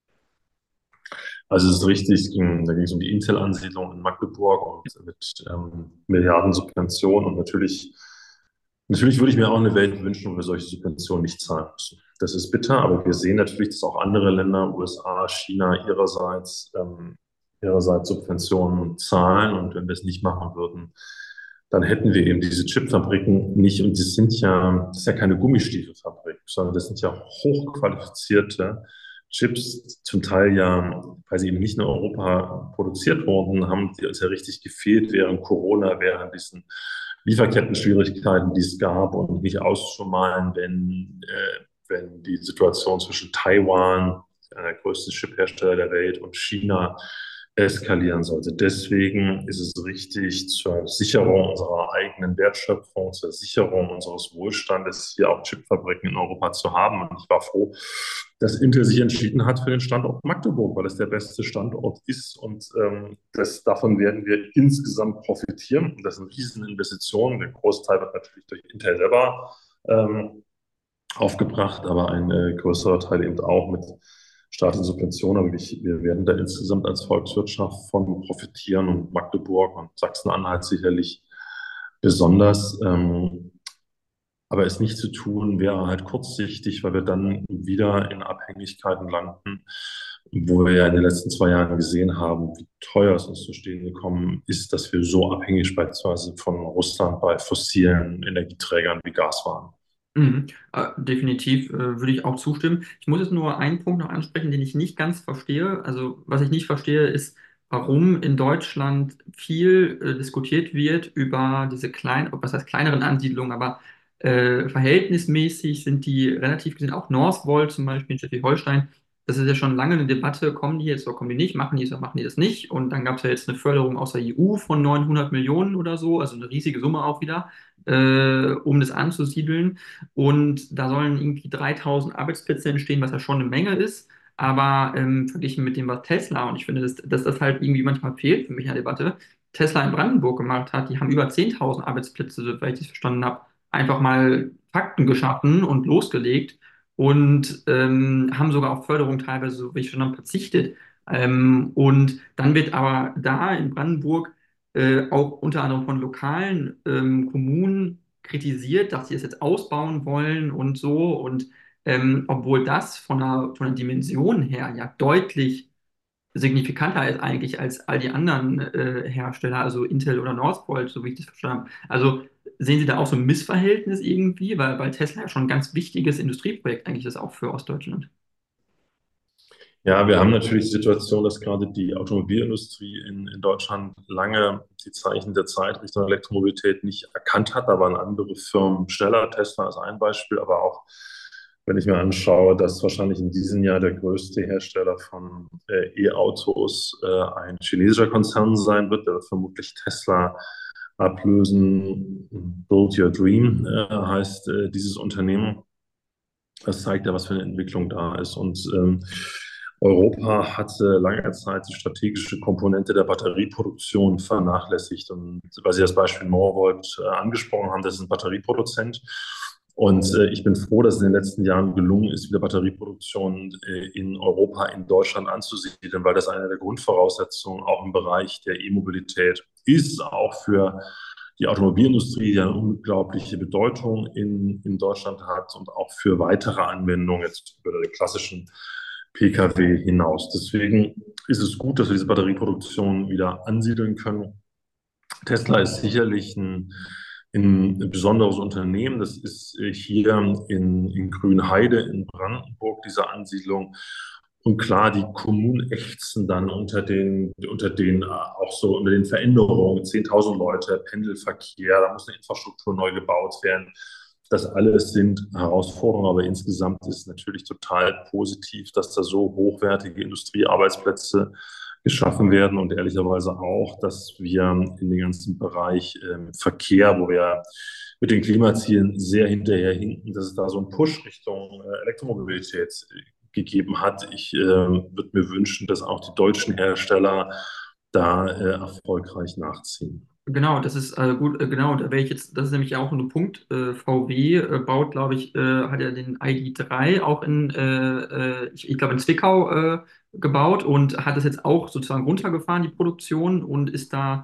S2: Also es ist richtig, es ging, da ging es um die Intel-Ansiedlung in Magdeburg und mit ähm, Milliarden Subventionen und natürlich, natürlich würde ich mir auch eine Welt wünschen, wo wir solche Subventionen nicht zahlen müssen. Das ist bitter, aber wir sehen natürlich, dass auch andere Länder, U S A, China ihrerseits, ähm, ihrerseits Subventionen zahlen und wenn wir es nicht machen würden, dann hätten wir eben diese Chipfabriken nicht und das sind ja, das ist ja keine Gummistiefelfabrik, sondern das sind ja hochqualifizierte Chips, zum Teil ja, weil sie eben nicht in Europa produziert wurden, haben die uns ja richtig gefehlt während Corona, während diesen Lieferketten-Schwierigkeiten, die es gab und nicht auszumalen, wenn, äh, wenn die Situation zwischen Taiwan, einer der größten Chip-Hersteller der Welt, und China eskalieren sollte. Deswegen ist es richtig, zur Sicherung unserer eigenen Wertschöpfung, zur Sicherung unseres Wohlstandes hier auch Chipfabriken in Europa zu haben. Und ich war froh, dass Intel sich entschieden hat für den Standort Magdeburg, weil es der beste Standort ist. Und ähm, das, davon werden wir insgesamt profitieren. Das sind Rieseninvestitionen. Der Großteil wird natürlich durch Intel selber ähm, aufgebracht, aber ein äh, größerer Teil eben auch mit staatliche Subventionen, aber ich, wir werden da insgesamt als Volkswirtschaft von profitieren und Magdeburg und Sachsen-Anhalt sicherlich besonders. Ähm, aber es nicht zu tun, wäre halt kurzsichtig, weil wir dann wieder in Abhängigkeiten landen, wo wir ja in den letzten zwei Jahren gesehen haben, wie teuer es uns zu stehen gekommen ist, dass wir so abhängig beispielsweise von Russland bei fossilen Energieträgern wie Gas waren.
S1: Mhm. Äh, definitiv äh, würde ich auch zustimmen. Ich muss jetzt nur einen Punkt noch ansprechen, den ich nicht ganz verstehe. Also, was ich nicht verstehe, ist, warum in Deutschland viel äh, diskutiert wird über diese kleinen, was heißt kleineren Ansiedlungen, aber äh, verhältnismäßig sind die relativ gesehen, auch Northvolt zum Beispiel in Schleswig-Holstein. Das ist ja schon lange eine Debatte, kommen die jetzt oder kommen die nicht, machen die es oder machen die das nicht? Und dann gab es ja jetzt eine Förderung aus der E U von neunhundert Millionen oder so, also eine riesige Summe auch wieder, äh, um das anzusiedeln. Und da sollen irgendwie dreitausend Arbeitsplätze entstehen, was ja schon eine Menge ist. Aber ähm, verglichen mit dem, was Tesla, und ich finde, dass, dass das halt irgendwie manchmal fehlt für mich in der Debatte, Tesla in Brandenburg gemacht hat, die haben über zehntausend Arbeitsplätze, soweit ich das verstanden habe, einfach mal Fakten geschaffen und losgelegt und ähm, haben sogar auf Förderung teilweise, so wie ich schon habe, verzichtet. Ähm, und dann wird aber da in Brandenburg äh, auch unter anderem von lokalen ähm, Kommunen kritisiert, dass sie es jetzt ausbauen wollen und so. Und ähm, obwohl das von der, von der Dimension her ja deutlich signifikanter ist eigentlich als all die anderen äh, Hersteller, also Intel oder Northvolt, so wie ich das verstanden habe. Also sehen Sie da auch so ein Missverhältnis irgendwie, weil, weil Tesla ja schon ein ganz wichtiges Industrieprojekt eigentlich ist, auch für Ostdeutschland.
S2: Ja, wir haben natürlich die Situation, dass gerade die Automobilindustrie in, in Deutschland lange die Zeichen der Zeit Richtung Elektromobilität nicht erkannt hat. Da waren andere Firmen schneller. Tesla ist ein Beispiel, aber auch, wenn ich mir anschaue, dass wahrscheinlich in diesem Jahr der größte Hersteller von äh, E-Autos äh, ein chinesischer Konzern sein wird, der wird vermutlich Tesla ablösen. Build Your Dream äh, heißt äh, dieses Unternehmen. Das zeigt ja, was für eine Entwicklung da ist. Und ähm, Europa hatte lange Zeit die strategische Komponente der Batterieproduktion vernachlässigt. Und weil Sie das Beispiel Norvolt äh, angesprochen haben, das ist ein Batterieproduzent. Und äh, ich bin froh, dass es in den letzten Jahren gelungen ist, wieder Batterieproduktion äh, in Europa, in Deutschland anzusiedeln, weil das eine der Grundvoraussetzungen auch im Bereich der E-Mobilität ist, auch für die Automobilindustrie, die eine unglaubliche Bedeutung in, in Deutschland hat und auch für weitere Anwendungen jetzt über den klassischen P K W hinaus. Deswegen ist es gut, dass wir diese Batterieproduktion wieder ansiedeln können. Tesla ist sicherlich ein, ein besonderes Unternehmen. Das ist hier in, in Grünheide in Brandenburg, diese Ansiedlung. Und klar, die Kommunen ächzen dann unter den, unter den, äh, auch so unter den Veränderungen. zehntausend Leute, Pendelverkehr, da muss eine Infrastruktur neu gebaut werden. Das alles sind Herausforderungen, aber insgesamt ist es natürlich total positiv, dass da so hochwertige Industriearbeitsplätze geschaffen werden und ehrlicherweise auch, dass wir in den ganzen Bereich ähm, Verkehr, wo wir mit den Klimazielen sehr hinterherhinken, dass es da so einen Push Richtung äh, Elektromobilität gegeben hat. Ich äh, würde mir wünschen, dass auch die deutschen Hersteller da äh, erfolgreich nachziehen.
S1: Genau, das ist äh, gut, äh, genau, da wäre ich jetzt, das ist nämlich auch ein Punkt. Äh, V W äh, baut, glaube ich, äh, hat ja den I D drei auch in, äh, äh, ich, ich glaube, in Zwickau äh, gebaut und hat das jetzt auch sozusagen runtergefahren, die Produktion, und ist da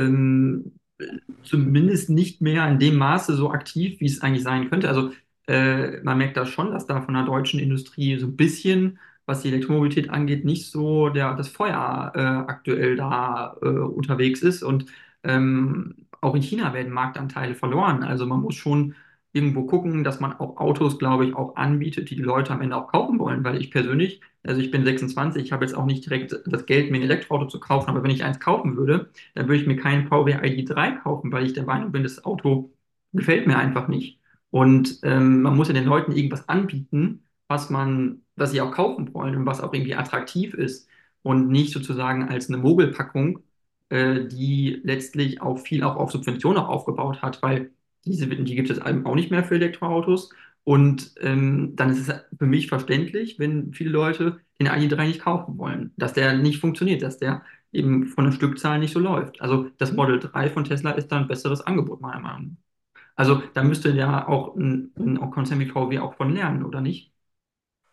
S1: ähm, zumindest nicht mehr in dem Maße so aktiv, wie es eigentlich sein könnte. Also äh, man merkt da schon, dass da von der deutschen Industrie so ein bisschen, was die Elektromobilität angeht, nicht so der, das Feuer äh, aktuell da äh, unterwegs ist. Und ähm, auch in China werden Marktanteile verloren. Also man muss schon irgendwo gucken, dass man auch Autos, glaube ich, auch anbietet, die die Leute am Ende auch kaufen wollen. Weil ich persönlich, also ich bin sechsundzwanzig, ich habe jetzt auch nicht direkt das Geld, mir ein Elektroauto zu kaufen, aber wenn ich eins kaufen würde, dann würde ich mir keinen V W I D drei kaufen, weil ich der Meinung bin, das Auto gefällt mir einfach nicht. Und ähm, man muss ja den Leuten irgendwas anbieten, was man, was sie auch kaufen wollen und was auch irgendwie attraktiv ist und nicht sozusagen als eine Mogelpackung, äh, die letztlich auch viel auch auf Subventionen auch aufgebaut hat, weil diese, die gibt es eben auch nicht mehr für Elektroautos. Und ähm, dann ist es für mich verständlich, wenn viele Leute den I D drei nicht kaufen wollen, dass der nicht funktioniert, dass der eben von der Stückzahl nicht so läuft. Also das Model drei von Tesla ist da ein besseres Angebot, meiner Meinung nach. Also da müsste ja auch ein, ein Konzern wie V W auch von lernen, oder nicht?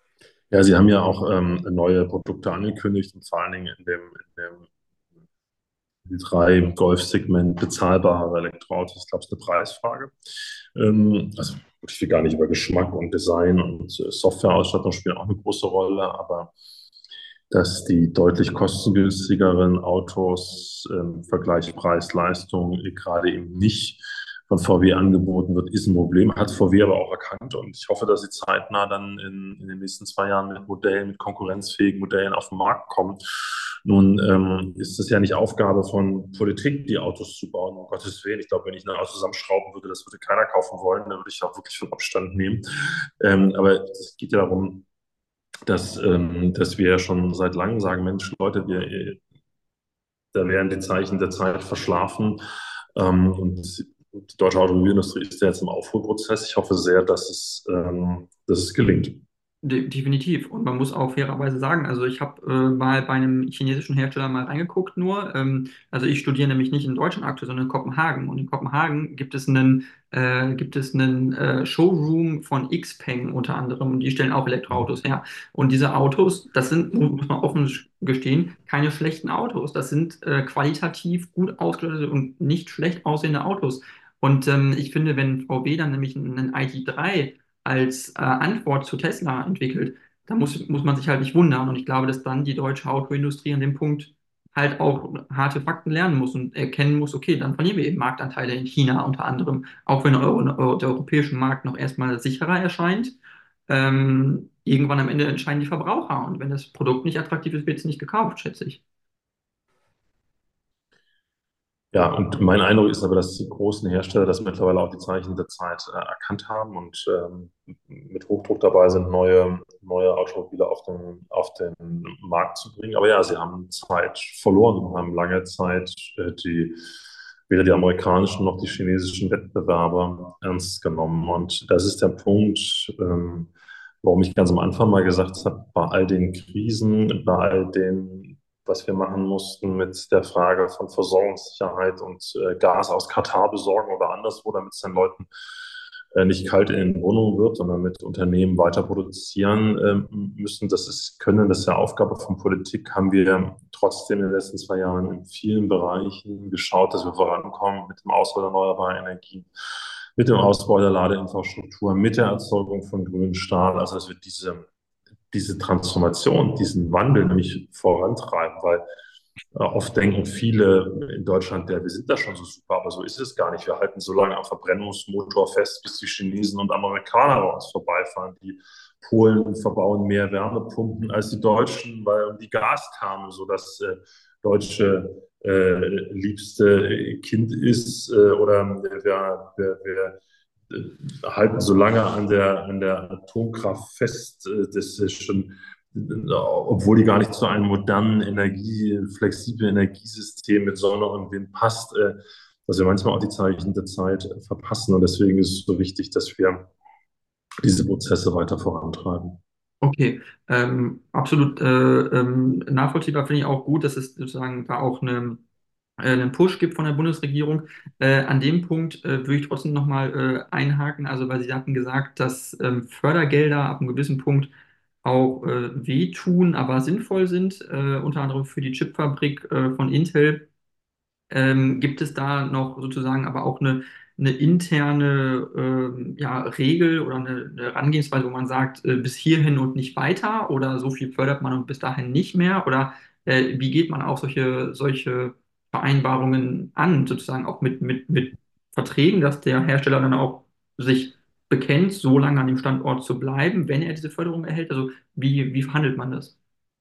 S2: Ja, Sie haben ja auch ähm, neue Produkte angekündigt und vor allen Dingen in dem, in dem drei Golf-Segment bezahlbare Elektroautos. Ich glaube, es ist eine Preisfrage. Ähm, also ich will gar nicht über Geschmack und Design und äh, Softwareausstattung spielen auch eine große Rolle, aber dass die deutlich kostengünstigeren Autos im Vergleich Preis-Leistung gerade eben nicht von V W angeboten wird, ist ein Problem, hat V W aber auch erkannt und ich hoffe, dass sie zeitnah dann in, in den nächsten zwei Jahren mit Modellen, mit konkurrenzfähigen Modellen auf den Markt kommen. Nun ähm, ist es ja nicht Aufgabe von Politik, die Autos zu bauen, um Gottes Willen. Ich glaube, wenn ich ein Auto zusammenschrauben würde, das würde keiner kaufen wollen, dann würde ich auch wirklich von Abstand nehmen. Ähm, aber es geht ja darum, dass, ähm, dass wir ja schon seit langem sagen, Mensch, Leute, wir, da werden die Zeichen der Zeit verschlafen. Ähm, und die deutsche Automobilindustrie ist ja jetzt im Aufholprozess. Ich hoffe sehr, dass es, ähm, dass es gelingt.
S1: De definitiv. Und man muss auch fairerweise sagen, also ich habe äh, mal bei einem chinesischen Hersteller mal reingeguckt nur. Ähm, also ich studiere nämlich nicht in Deutschland aktuell, sondern in Kopenhagen. Und in Kopenhagen gibt es einen, äh, gibt es einen äh, Showroom von Xpeng unter anderem. Und die stellen auch Elektroautos her. Und diese Autos, das sind, muss man offen gestehen, keine schlechten Autos. Das sind äh, qualitativ gut ausgestattete und nicht schlecht aussehende Autos. Und ähm, ich finde, wenn V W dann nämlich einen I D drei als äh, Antwort zu Tesla entwickelt, da muss, muss man sich halt nicht wundern. Und ich glaube, dass dann die deutsche Autoindustrie an dem Punkt halt auch harte Fakten lernen muss und erkennen muss, okay, dann verlieren wir eben Marktanteile in China unter anderem, auch wenn Euro, Euro, der europäische Markt noch erstmal sicherer erscheint. Ähm, irgendwann am Ende entscheiden die Verbraucher. Und wenn das Produkt nicht attraktiv ist, wird es nicht gekauft, schätze ich.
S2: Ja, und mein Eindruck ist aber, dass die großen Hersteller das mittlerweile auch die Zeichen der Zeit äh, erkannt haben und ähm, mit Hochdruck dabei sind, neue, neue Automobile auf den, auf den Markt zu bringen. Aber ja, sie haben Zeit verloren und haben lange Zeit äh, die, weder die amerikanischen noch die chinesischen Wettbewerber ernst genommen. Und das ist der Punkt, ähm, warum ich ganz am Anfang mal gesagt habe, bei all den Krisen, bei all den was wir machen mussten mit der Frage von Versorgungssicherheit und äh, Gas aus Katar besorgen oder anderswo, damit es den Leuten äh, nicht kalt in den Wohnungen wird, sondern mit Unternehmen weiter produzieren äh, müssen. Das ist können, das ist ja Aufgabe von Politik. Haben wir trotzdem in den letzten zwei Jahren in vielen Bereichen geschaut, dass wir vorankommen mit dem Ausbau der erneuerbaren Energien, mit dem Ausbau der Ladeinfrastruktur, mit der Erzeugung von grünem Stahl. Also dass wir diese diese Transformation, diesen Wandel nämlich vorantreiben, weil äh, oft denken viele in Deutschland, ja, wir sind da schon so super, aber so ist es gar nicht. Wir halten so lange am Verbrennungsmotor fest, bis die Chinesen und Amerikaner bei uns vorbeifahren. Die Polen verbauen mehr Wärmepumpen als die Deutschen, weil die Gastherme so das äh, deutsche äh, liebste Kind ist äh, oder wer, wer, wer halten so lange an der, an der Atomkraft fest, äh, das ist schon, äh, obwohl die gar nicht zu einem modernen Energie, flexiblen Energiesystem mit Sonne und Wind passt, äh, dass wir manchmal auch die Zeichen der Zeit verpassen. Und deswegen ist es so wichtig, dass wir diese Prozesse weiter vorantreiben.
S1: Okay, ähm, absolut äh, ähm, nachvollziehbar finde ich auch gut, dass es sozusagen da auch eine, äh, einen Push gibt von der Bundesregierung. Äh, an dem Punkt äh, würde ich trotzdem nochmal äh, einhaken, also weil Sie hatten gesagt, dass ähm, Fördergelder ab einem gewissen Punkt auch äh, wehtun, aber sinnvoll sind, äh, unter anderem für die Chipfabrik äh, von Intel. Ähm, gibt es da noch sozusagen aber auch eine, eine interne ähm, ja, Regel oder eine, eine Herangehensweise, wo man sagt, äh, bis hierhin und nicht weiter oder so viel fördert man und bis dahin nicht mehr? Oder äh, wie geht man auch solche, solche Vereinbarungen an, sozusagen auch mit, mit, mit Verträgen, dass der Hersteller dann auch sich bekennt, so lange an dem Standort zu bleiben, wenn er diese Förderung erhält? Also wie, wie verhandelt man das?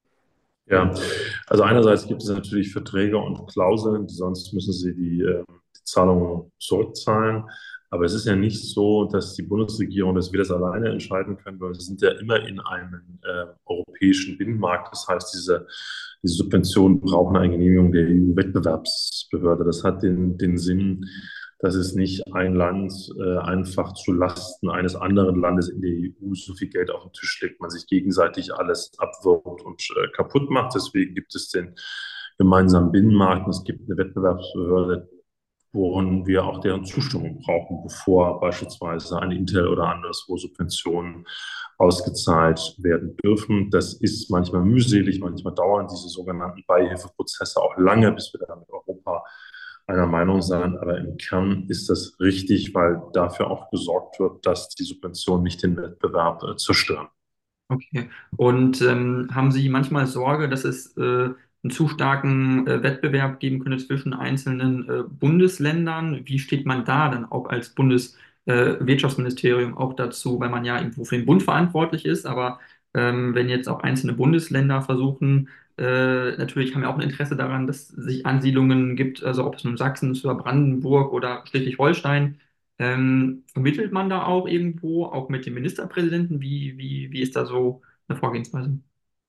S2: Ja, also einerseits gibt es natürlich Verträge und Klauseln, sonst müssen sie die, äh, die Zahlungen zurückzahlen. Aber es ist ja nicht so, dass die Bundesregierung, dass wir das alleine entscheiden können, weil wir sind ja immer in einem äh, europäischen Binnenmarkt. Das heißt, diese, diese Subventionen brauchen eine Genehmigung der E U-Wettbewerbsbehörde. Das hat den, den Sinn, dass es nicht ein Land äh, einfach zu Lasten eines anderen Landes in der E U so viel Geld auf den Tisch legt, man sich gegenseitig alles abwirbt und äh, kaputt macht. Deswegen gibt es den gemeinsamen Binnenmarkt und es gibt eine Wettbewerbsbehörde, worin wir auch deren Zustimmung brauchen, bevor beispielsweise ein Intel oder anderswo Subventionen ausgezahlt werden dürfen. Das ist manchmal mühselig, manchmal dauern diese sogenannten Beihilfeprozesse auch lange, bis wir da mit Europa einer Meinung sein. Aber im Kern ist das richtig, weil dafür auch gesorgt wird, dass die Subventionen nicht den Wettbewerb äh, zerstören.
S1: Okay. Und ähm, haben Sie manchmal Sorge, dass es äh, einen zu starken äh, Wettbewerb geben könnte zwischen einzelnen äh, Bundesländern? Wie steht man da dann auch als Bundeswirtschaftsministerium äh, Wirtschaftsministerium auch dazu, weil man ja irgendwo für den Bund verantwortlich ist, aber ähm, wenn jetzt auch einzelne Bundesländer versuchen, äh, natürlich haben wir auch ein Interesse daran, dass es sich Ansiedlungen gibt, also ob es nun Sachsen ist oder Brandenburg oder Schleswig-Holstein. Ähm, vermittelt man da auch irgendwo, auch mit dem Ministerpräsidenten? Wie, wie, wie ist da so eine Vorgehensweise?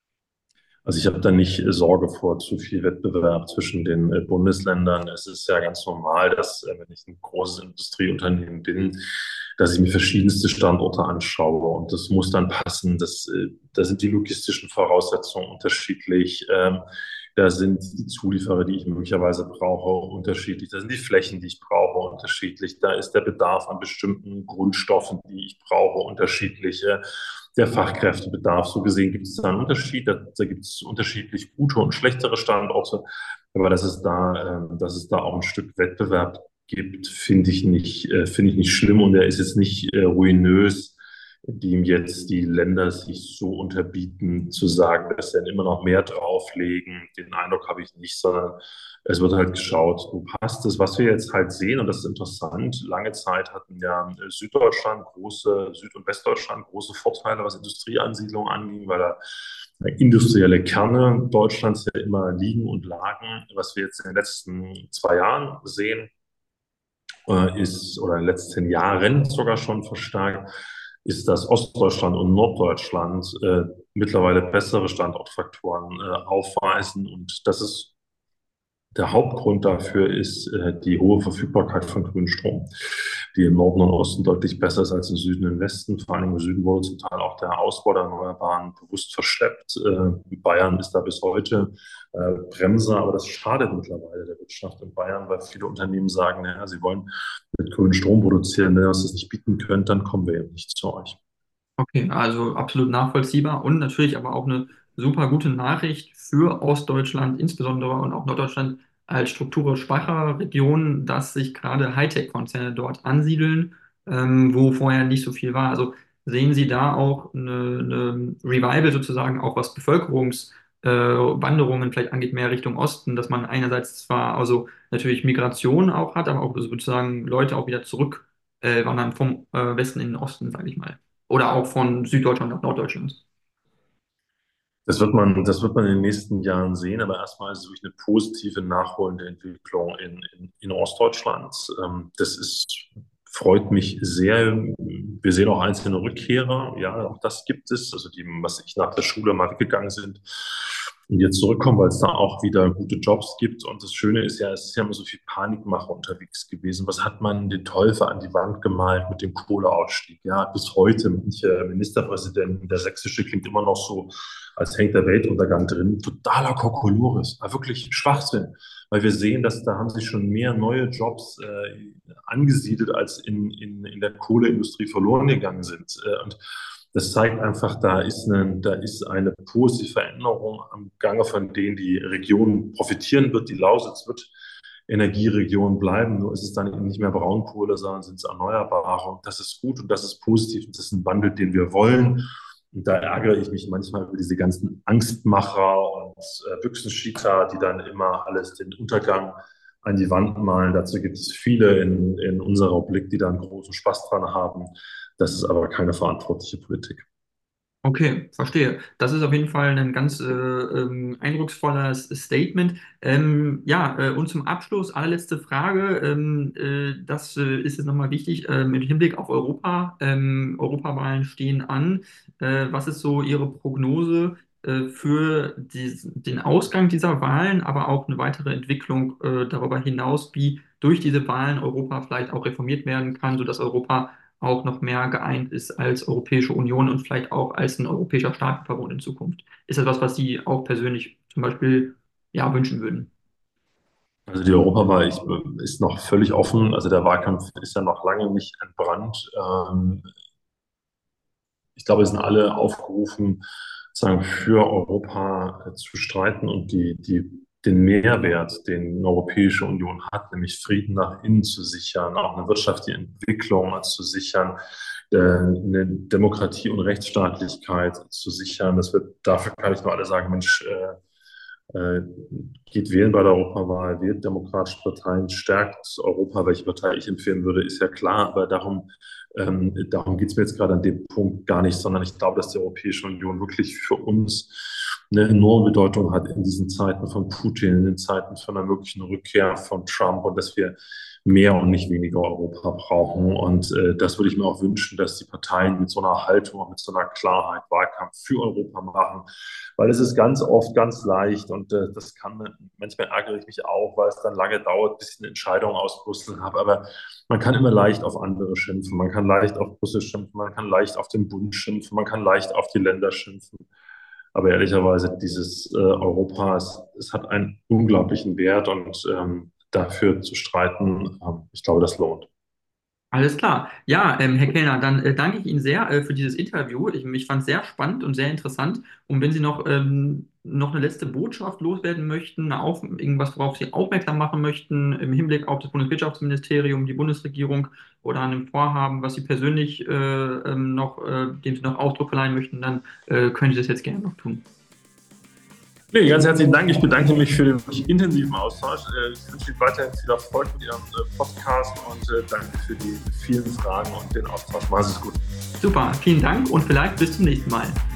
S2: Also ich habe da nicht äh, Sorge vor zu viel Wettbewerb zwischen den äh, Bundesländern. Es ist ja ganz normal, dass, äh, wenn ich ein großes Industrieunternehmen bin, dass ich mir verschiedenste Standorte anschaue und das muss dann passen. Das, äh, da sind die logistischen Voraussetzungen unterschiedlich. Ähm, da sind die Zulieferer, die ich möglicherweise brauche, unterschiedlich. Da sind die Flächen, die ich brauche, unterschiedlich. Da ist der Bedarf an bestimmten Grundstoffen, die ich brauche, unterschiedlich. Äh, Der Fachkräftebedarf. So gesehen gibt es da einen Unterschied. Da, da gibt es unterschiedlich gute und schlechtere Standorte. Aber dass es da, äh, dass es da auch ein Stück Wettbewerb gibt, finde ich nicht, äh, finde ich nicht schlimm. Und er ist jetzt nicht äh, ruinös, dem jetzt die Länder sich so unterbieten, zu sagen, dass sie dann immer noch mehr drauflegen. Den Eindruck habe ich nicht, sondern es wird halt geschaut, wo passt es. Was wir jetzt halt sehen, und das ist interessant, lange Zeit hatten ja Süddeutschland große, Süd- und Westdeutschland große Vorteile, was Industrieansiedlung anging, weil da industrielle Kerne Deutschlands ja immer liegen und lagen. Was wir jetzt in den letzten zwei Jahren sehen, äh, ist, oder in den letzten Jahren sogar schon verstärkt, ist, dass Ostdeutschland und Norddeutschland äh, mittlerweile bessere Standortfaktoren äh, aufweisen. Und das ist der Hauptgrund dafür ist äh, die hohe Verfügbarkeit von grünem Strom, die im Norden und Osten deutlich besser ist als im Süden und Westen. Vor allem im Süden wurde zum Teil auch der Ausbau der Erneuerbaren bewusst verschleppt. Äh, Bayern ist da bis heute äh, Bremser, aber das schadet mittlerweile der Wirtschaft in Bayern, weil viele Unternehmen sagen, naja, sie wollen mit grünem Strom produzieren. Wenn ihr uns das nicht bieten könnt, dann kommen wir eben nicht zu euch.
S1: Okay, also absolut nachvollziehbar und natürlich aber auch eine super gute Nachricht für Ostdeutschland insbesondere und auch Norddeutschland als strukturschwache Region, dass sich gerade Hightech-Konzerne dort ansiedeln, ähm, wo vorher nicht so viel war. Also sehen Sie da auch eine, eine Revival sozusagen, auch was Bevölkerungswanderungen äh, Wanderungen vielleicht angeht, mehr Richtung Osten, dass man einerseits zwar also natürlich Migration auch hat, aber auch sozusagen Leute auch wieder zurück äh, wandern vom äh, Westen in den Osten, sage ich mal. Oder auch von Süddeutschland nach Norddeutschland.
S2: Das wird man, das wird man in den nächsten Jahren sehen, aber erstmal ist es wirklich eine positive nachholende Entwicklung in, in, in Ostdeutschland. Ähm, das ist, freut mich sehr. Wir sehen auch einzelne Rückkehrer. Ja, auch das gibt es. Also die, was ich nach der Schule mal weggegangen sind und jetzt zurückkommen, weil es da auch wieder gute Jobs gibt. Und das Schöne ist ja, es ist ja immer so viel Panikmache unterwegs gewesen. Was hat man den Teufel an die Wand gemalt mit dem Kohleausstieg? Ja, bis heute manche Ministerpräsidenten, der sächsische klingt immer noch so, als hängt der Weltuntergang drin. Totaler Kokolores, war wirklich Schwachsinn, weil wir sehen, dass da haben sich schon mehr neue Jobs äh, angesiedelt, als in, in, in der Kohleindustrie verloren gegangen sind. Äh, und das zeigt einfach, da ist eine, da ist eine positive Veränderung am Gange, von denen die Region profitieren wird. Die Lausitz wird Energieregion bleiben, nur ist es dann eben nicht mehr Braunkohle, sondern sind es Erneuerbare. Und das ist gut und das ist positiv und das ist ein Wandel, den wir wollen. Und da ärgere ich mich manchmal über diese ganzen Angstmacher und äh, Büchsenschieter, die dann immer alles den Untergang an die Wand malen. Dazu gibt es viele in, in unserer Republik, die da einen großen Spaß dran haben. Das ist aber keine verantwortliche Politik.
S1: Okay, verstehe. Das ist auf jeden Fall ein ganz äh, ähm, eindrucksvolles Statement. Ähm, ja, äh, und zum Abschluss, allerletzte Frage. Ähm, äh, das äh, ist jetzt nochmal wichtig äh, mit Hinblick auf Europa. Ähm, Europawahlen stehen an. Äh, was ist so Ihre Prognose äh, für die, den Ausgang dieser Wahlen, aber auch eine weitere Entwicklung äh, darüber hinaus, wie durch diese Wahlen Europa vielleicht auch reformiert werden kann, sodass Europa auch noch mehr geeint ist als Europäische Union und vielleicht auch als ein europäischer Staatenverbund in Zukunft. Ist das was, was Sie auch persönlich zum Beispiel ja wünschen würden?
S2: Also die Europawahl ist, ist noch völlig offen. Also der Wahlkampf ist ja noch lange nicht entbrannt. Ähm, ich glaube, wir sind alle aufgerufen, sagen, für Europa äh, zu streiten und die, die, den Mehrwert, den eine Europäische Union hat, nämlich Frieden nach innen zu sichern, auch eine wirtschaftliche Entwicklung zu sichern, äh, eine Demokratie und Rechtsstaatlichkeit zu sichern. Das wird, dafür kann ich nur alle sagen, Mensch, äh, äh, geht wählen bei der Europawahl, wählt demokratische Parteien, stärkt Europa. Welche Partei ich empfehlen würde, ist ja klar, aber darum, ähm, darum geht es mir jetzt gerade an dem Punkt gar nicht, sondern ich glaube, dass die Europäische Union wirklich für uns eine enorme Bedeutung hat in diesen Zeiten von Putin, in den Zeiten von einer möglichen Rückkehr von Trump und dass wir mehr und nicht weniger Europa brauchen. Und äh, das würde ich mir auch wünschen, dass die Parteien mit so einer Haltung, mit so einer Klarheit Wahlkampf für Europa machen, weil es ist ganz oft ganz leicht und äh, das kann, manchmal ärgere ich mich auch, weil es dann lange dauert, bis ich eine Entscheidung aus Brüssel habe, aber man kann immer leicht auf andere schimpfen, man kann leicht auf Brüssel schimpfen, man kann leicht auf den Bund schimpfen, man kann leicht auf die Länder schimpfen. Aber ehrlicherweise, dieses äh, Europa, es, es hat einen unglaublichen Wert und ähm, dafür zu streiten, ähm, ich glaube, das lohnt.
S1: Alles klar. Ja, ähm, Herr Kellner, dann äh, danke ich Ihnen sehr äh, für dieses Interview. Ich, ich fand es sehr spannend und sehr interessant. Und wenn Sie noch, ähm, noch eine letzte Botschaft loswerden möchten, auf, irgendwas, worauf Sie aufmerksam machen möchten, im Hinblick auf das Bundeswirtschaftsministerium, die Bundesregierung oder an einem Vorhaben, was Sie persönlich äh, ähm, noch, äh, dem Sie noch Ausdruck verleihen möchten, dann äh, können Sie das jetzt gerne noch tun.
S2: Nee, ganz herzlichen Dank. Ich bedanke mich für den wirklich intensiven Austausch. Äh, Ich wünsche Ihnen weiterhin viel Erfolg mit Ihrem äh, Podcast und äh, danke für die vielen Fragen und den Austausch. Machen Sie es gut.
S1: Super, vielen Dank und vielleicht bis zum nächsten Mal.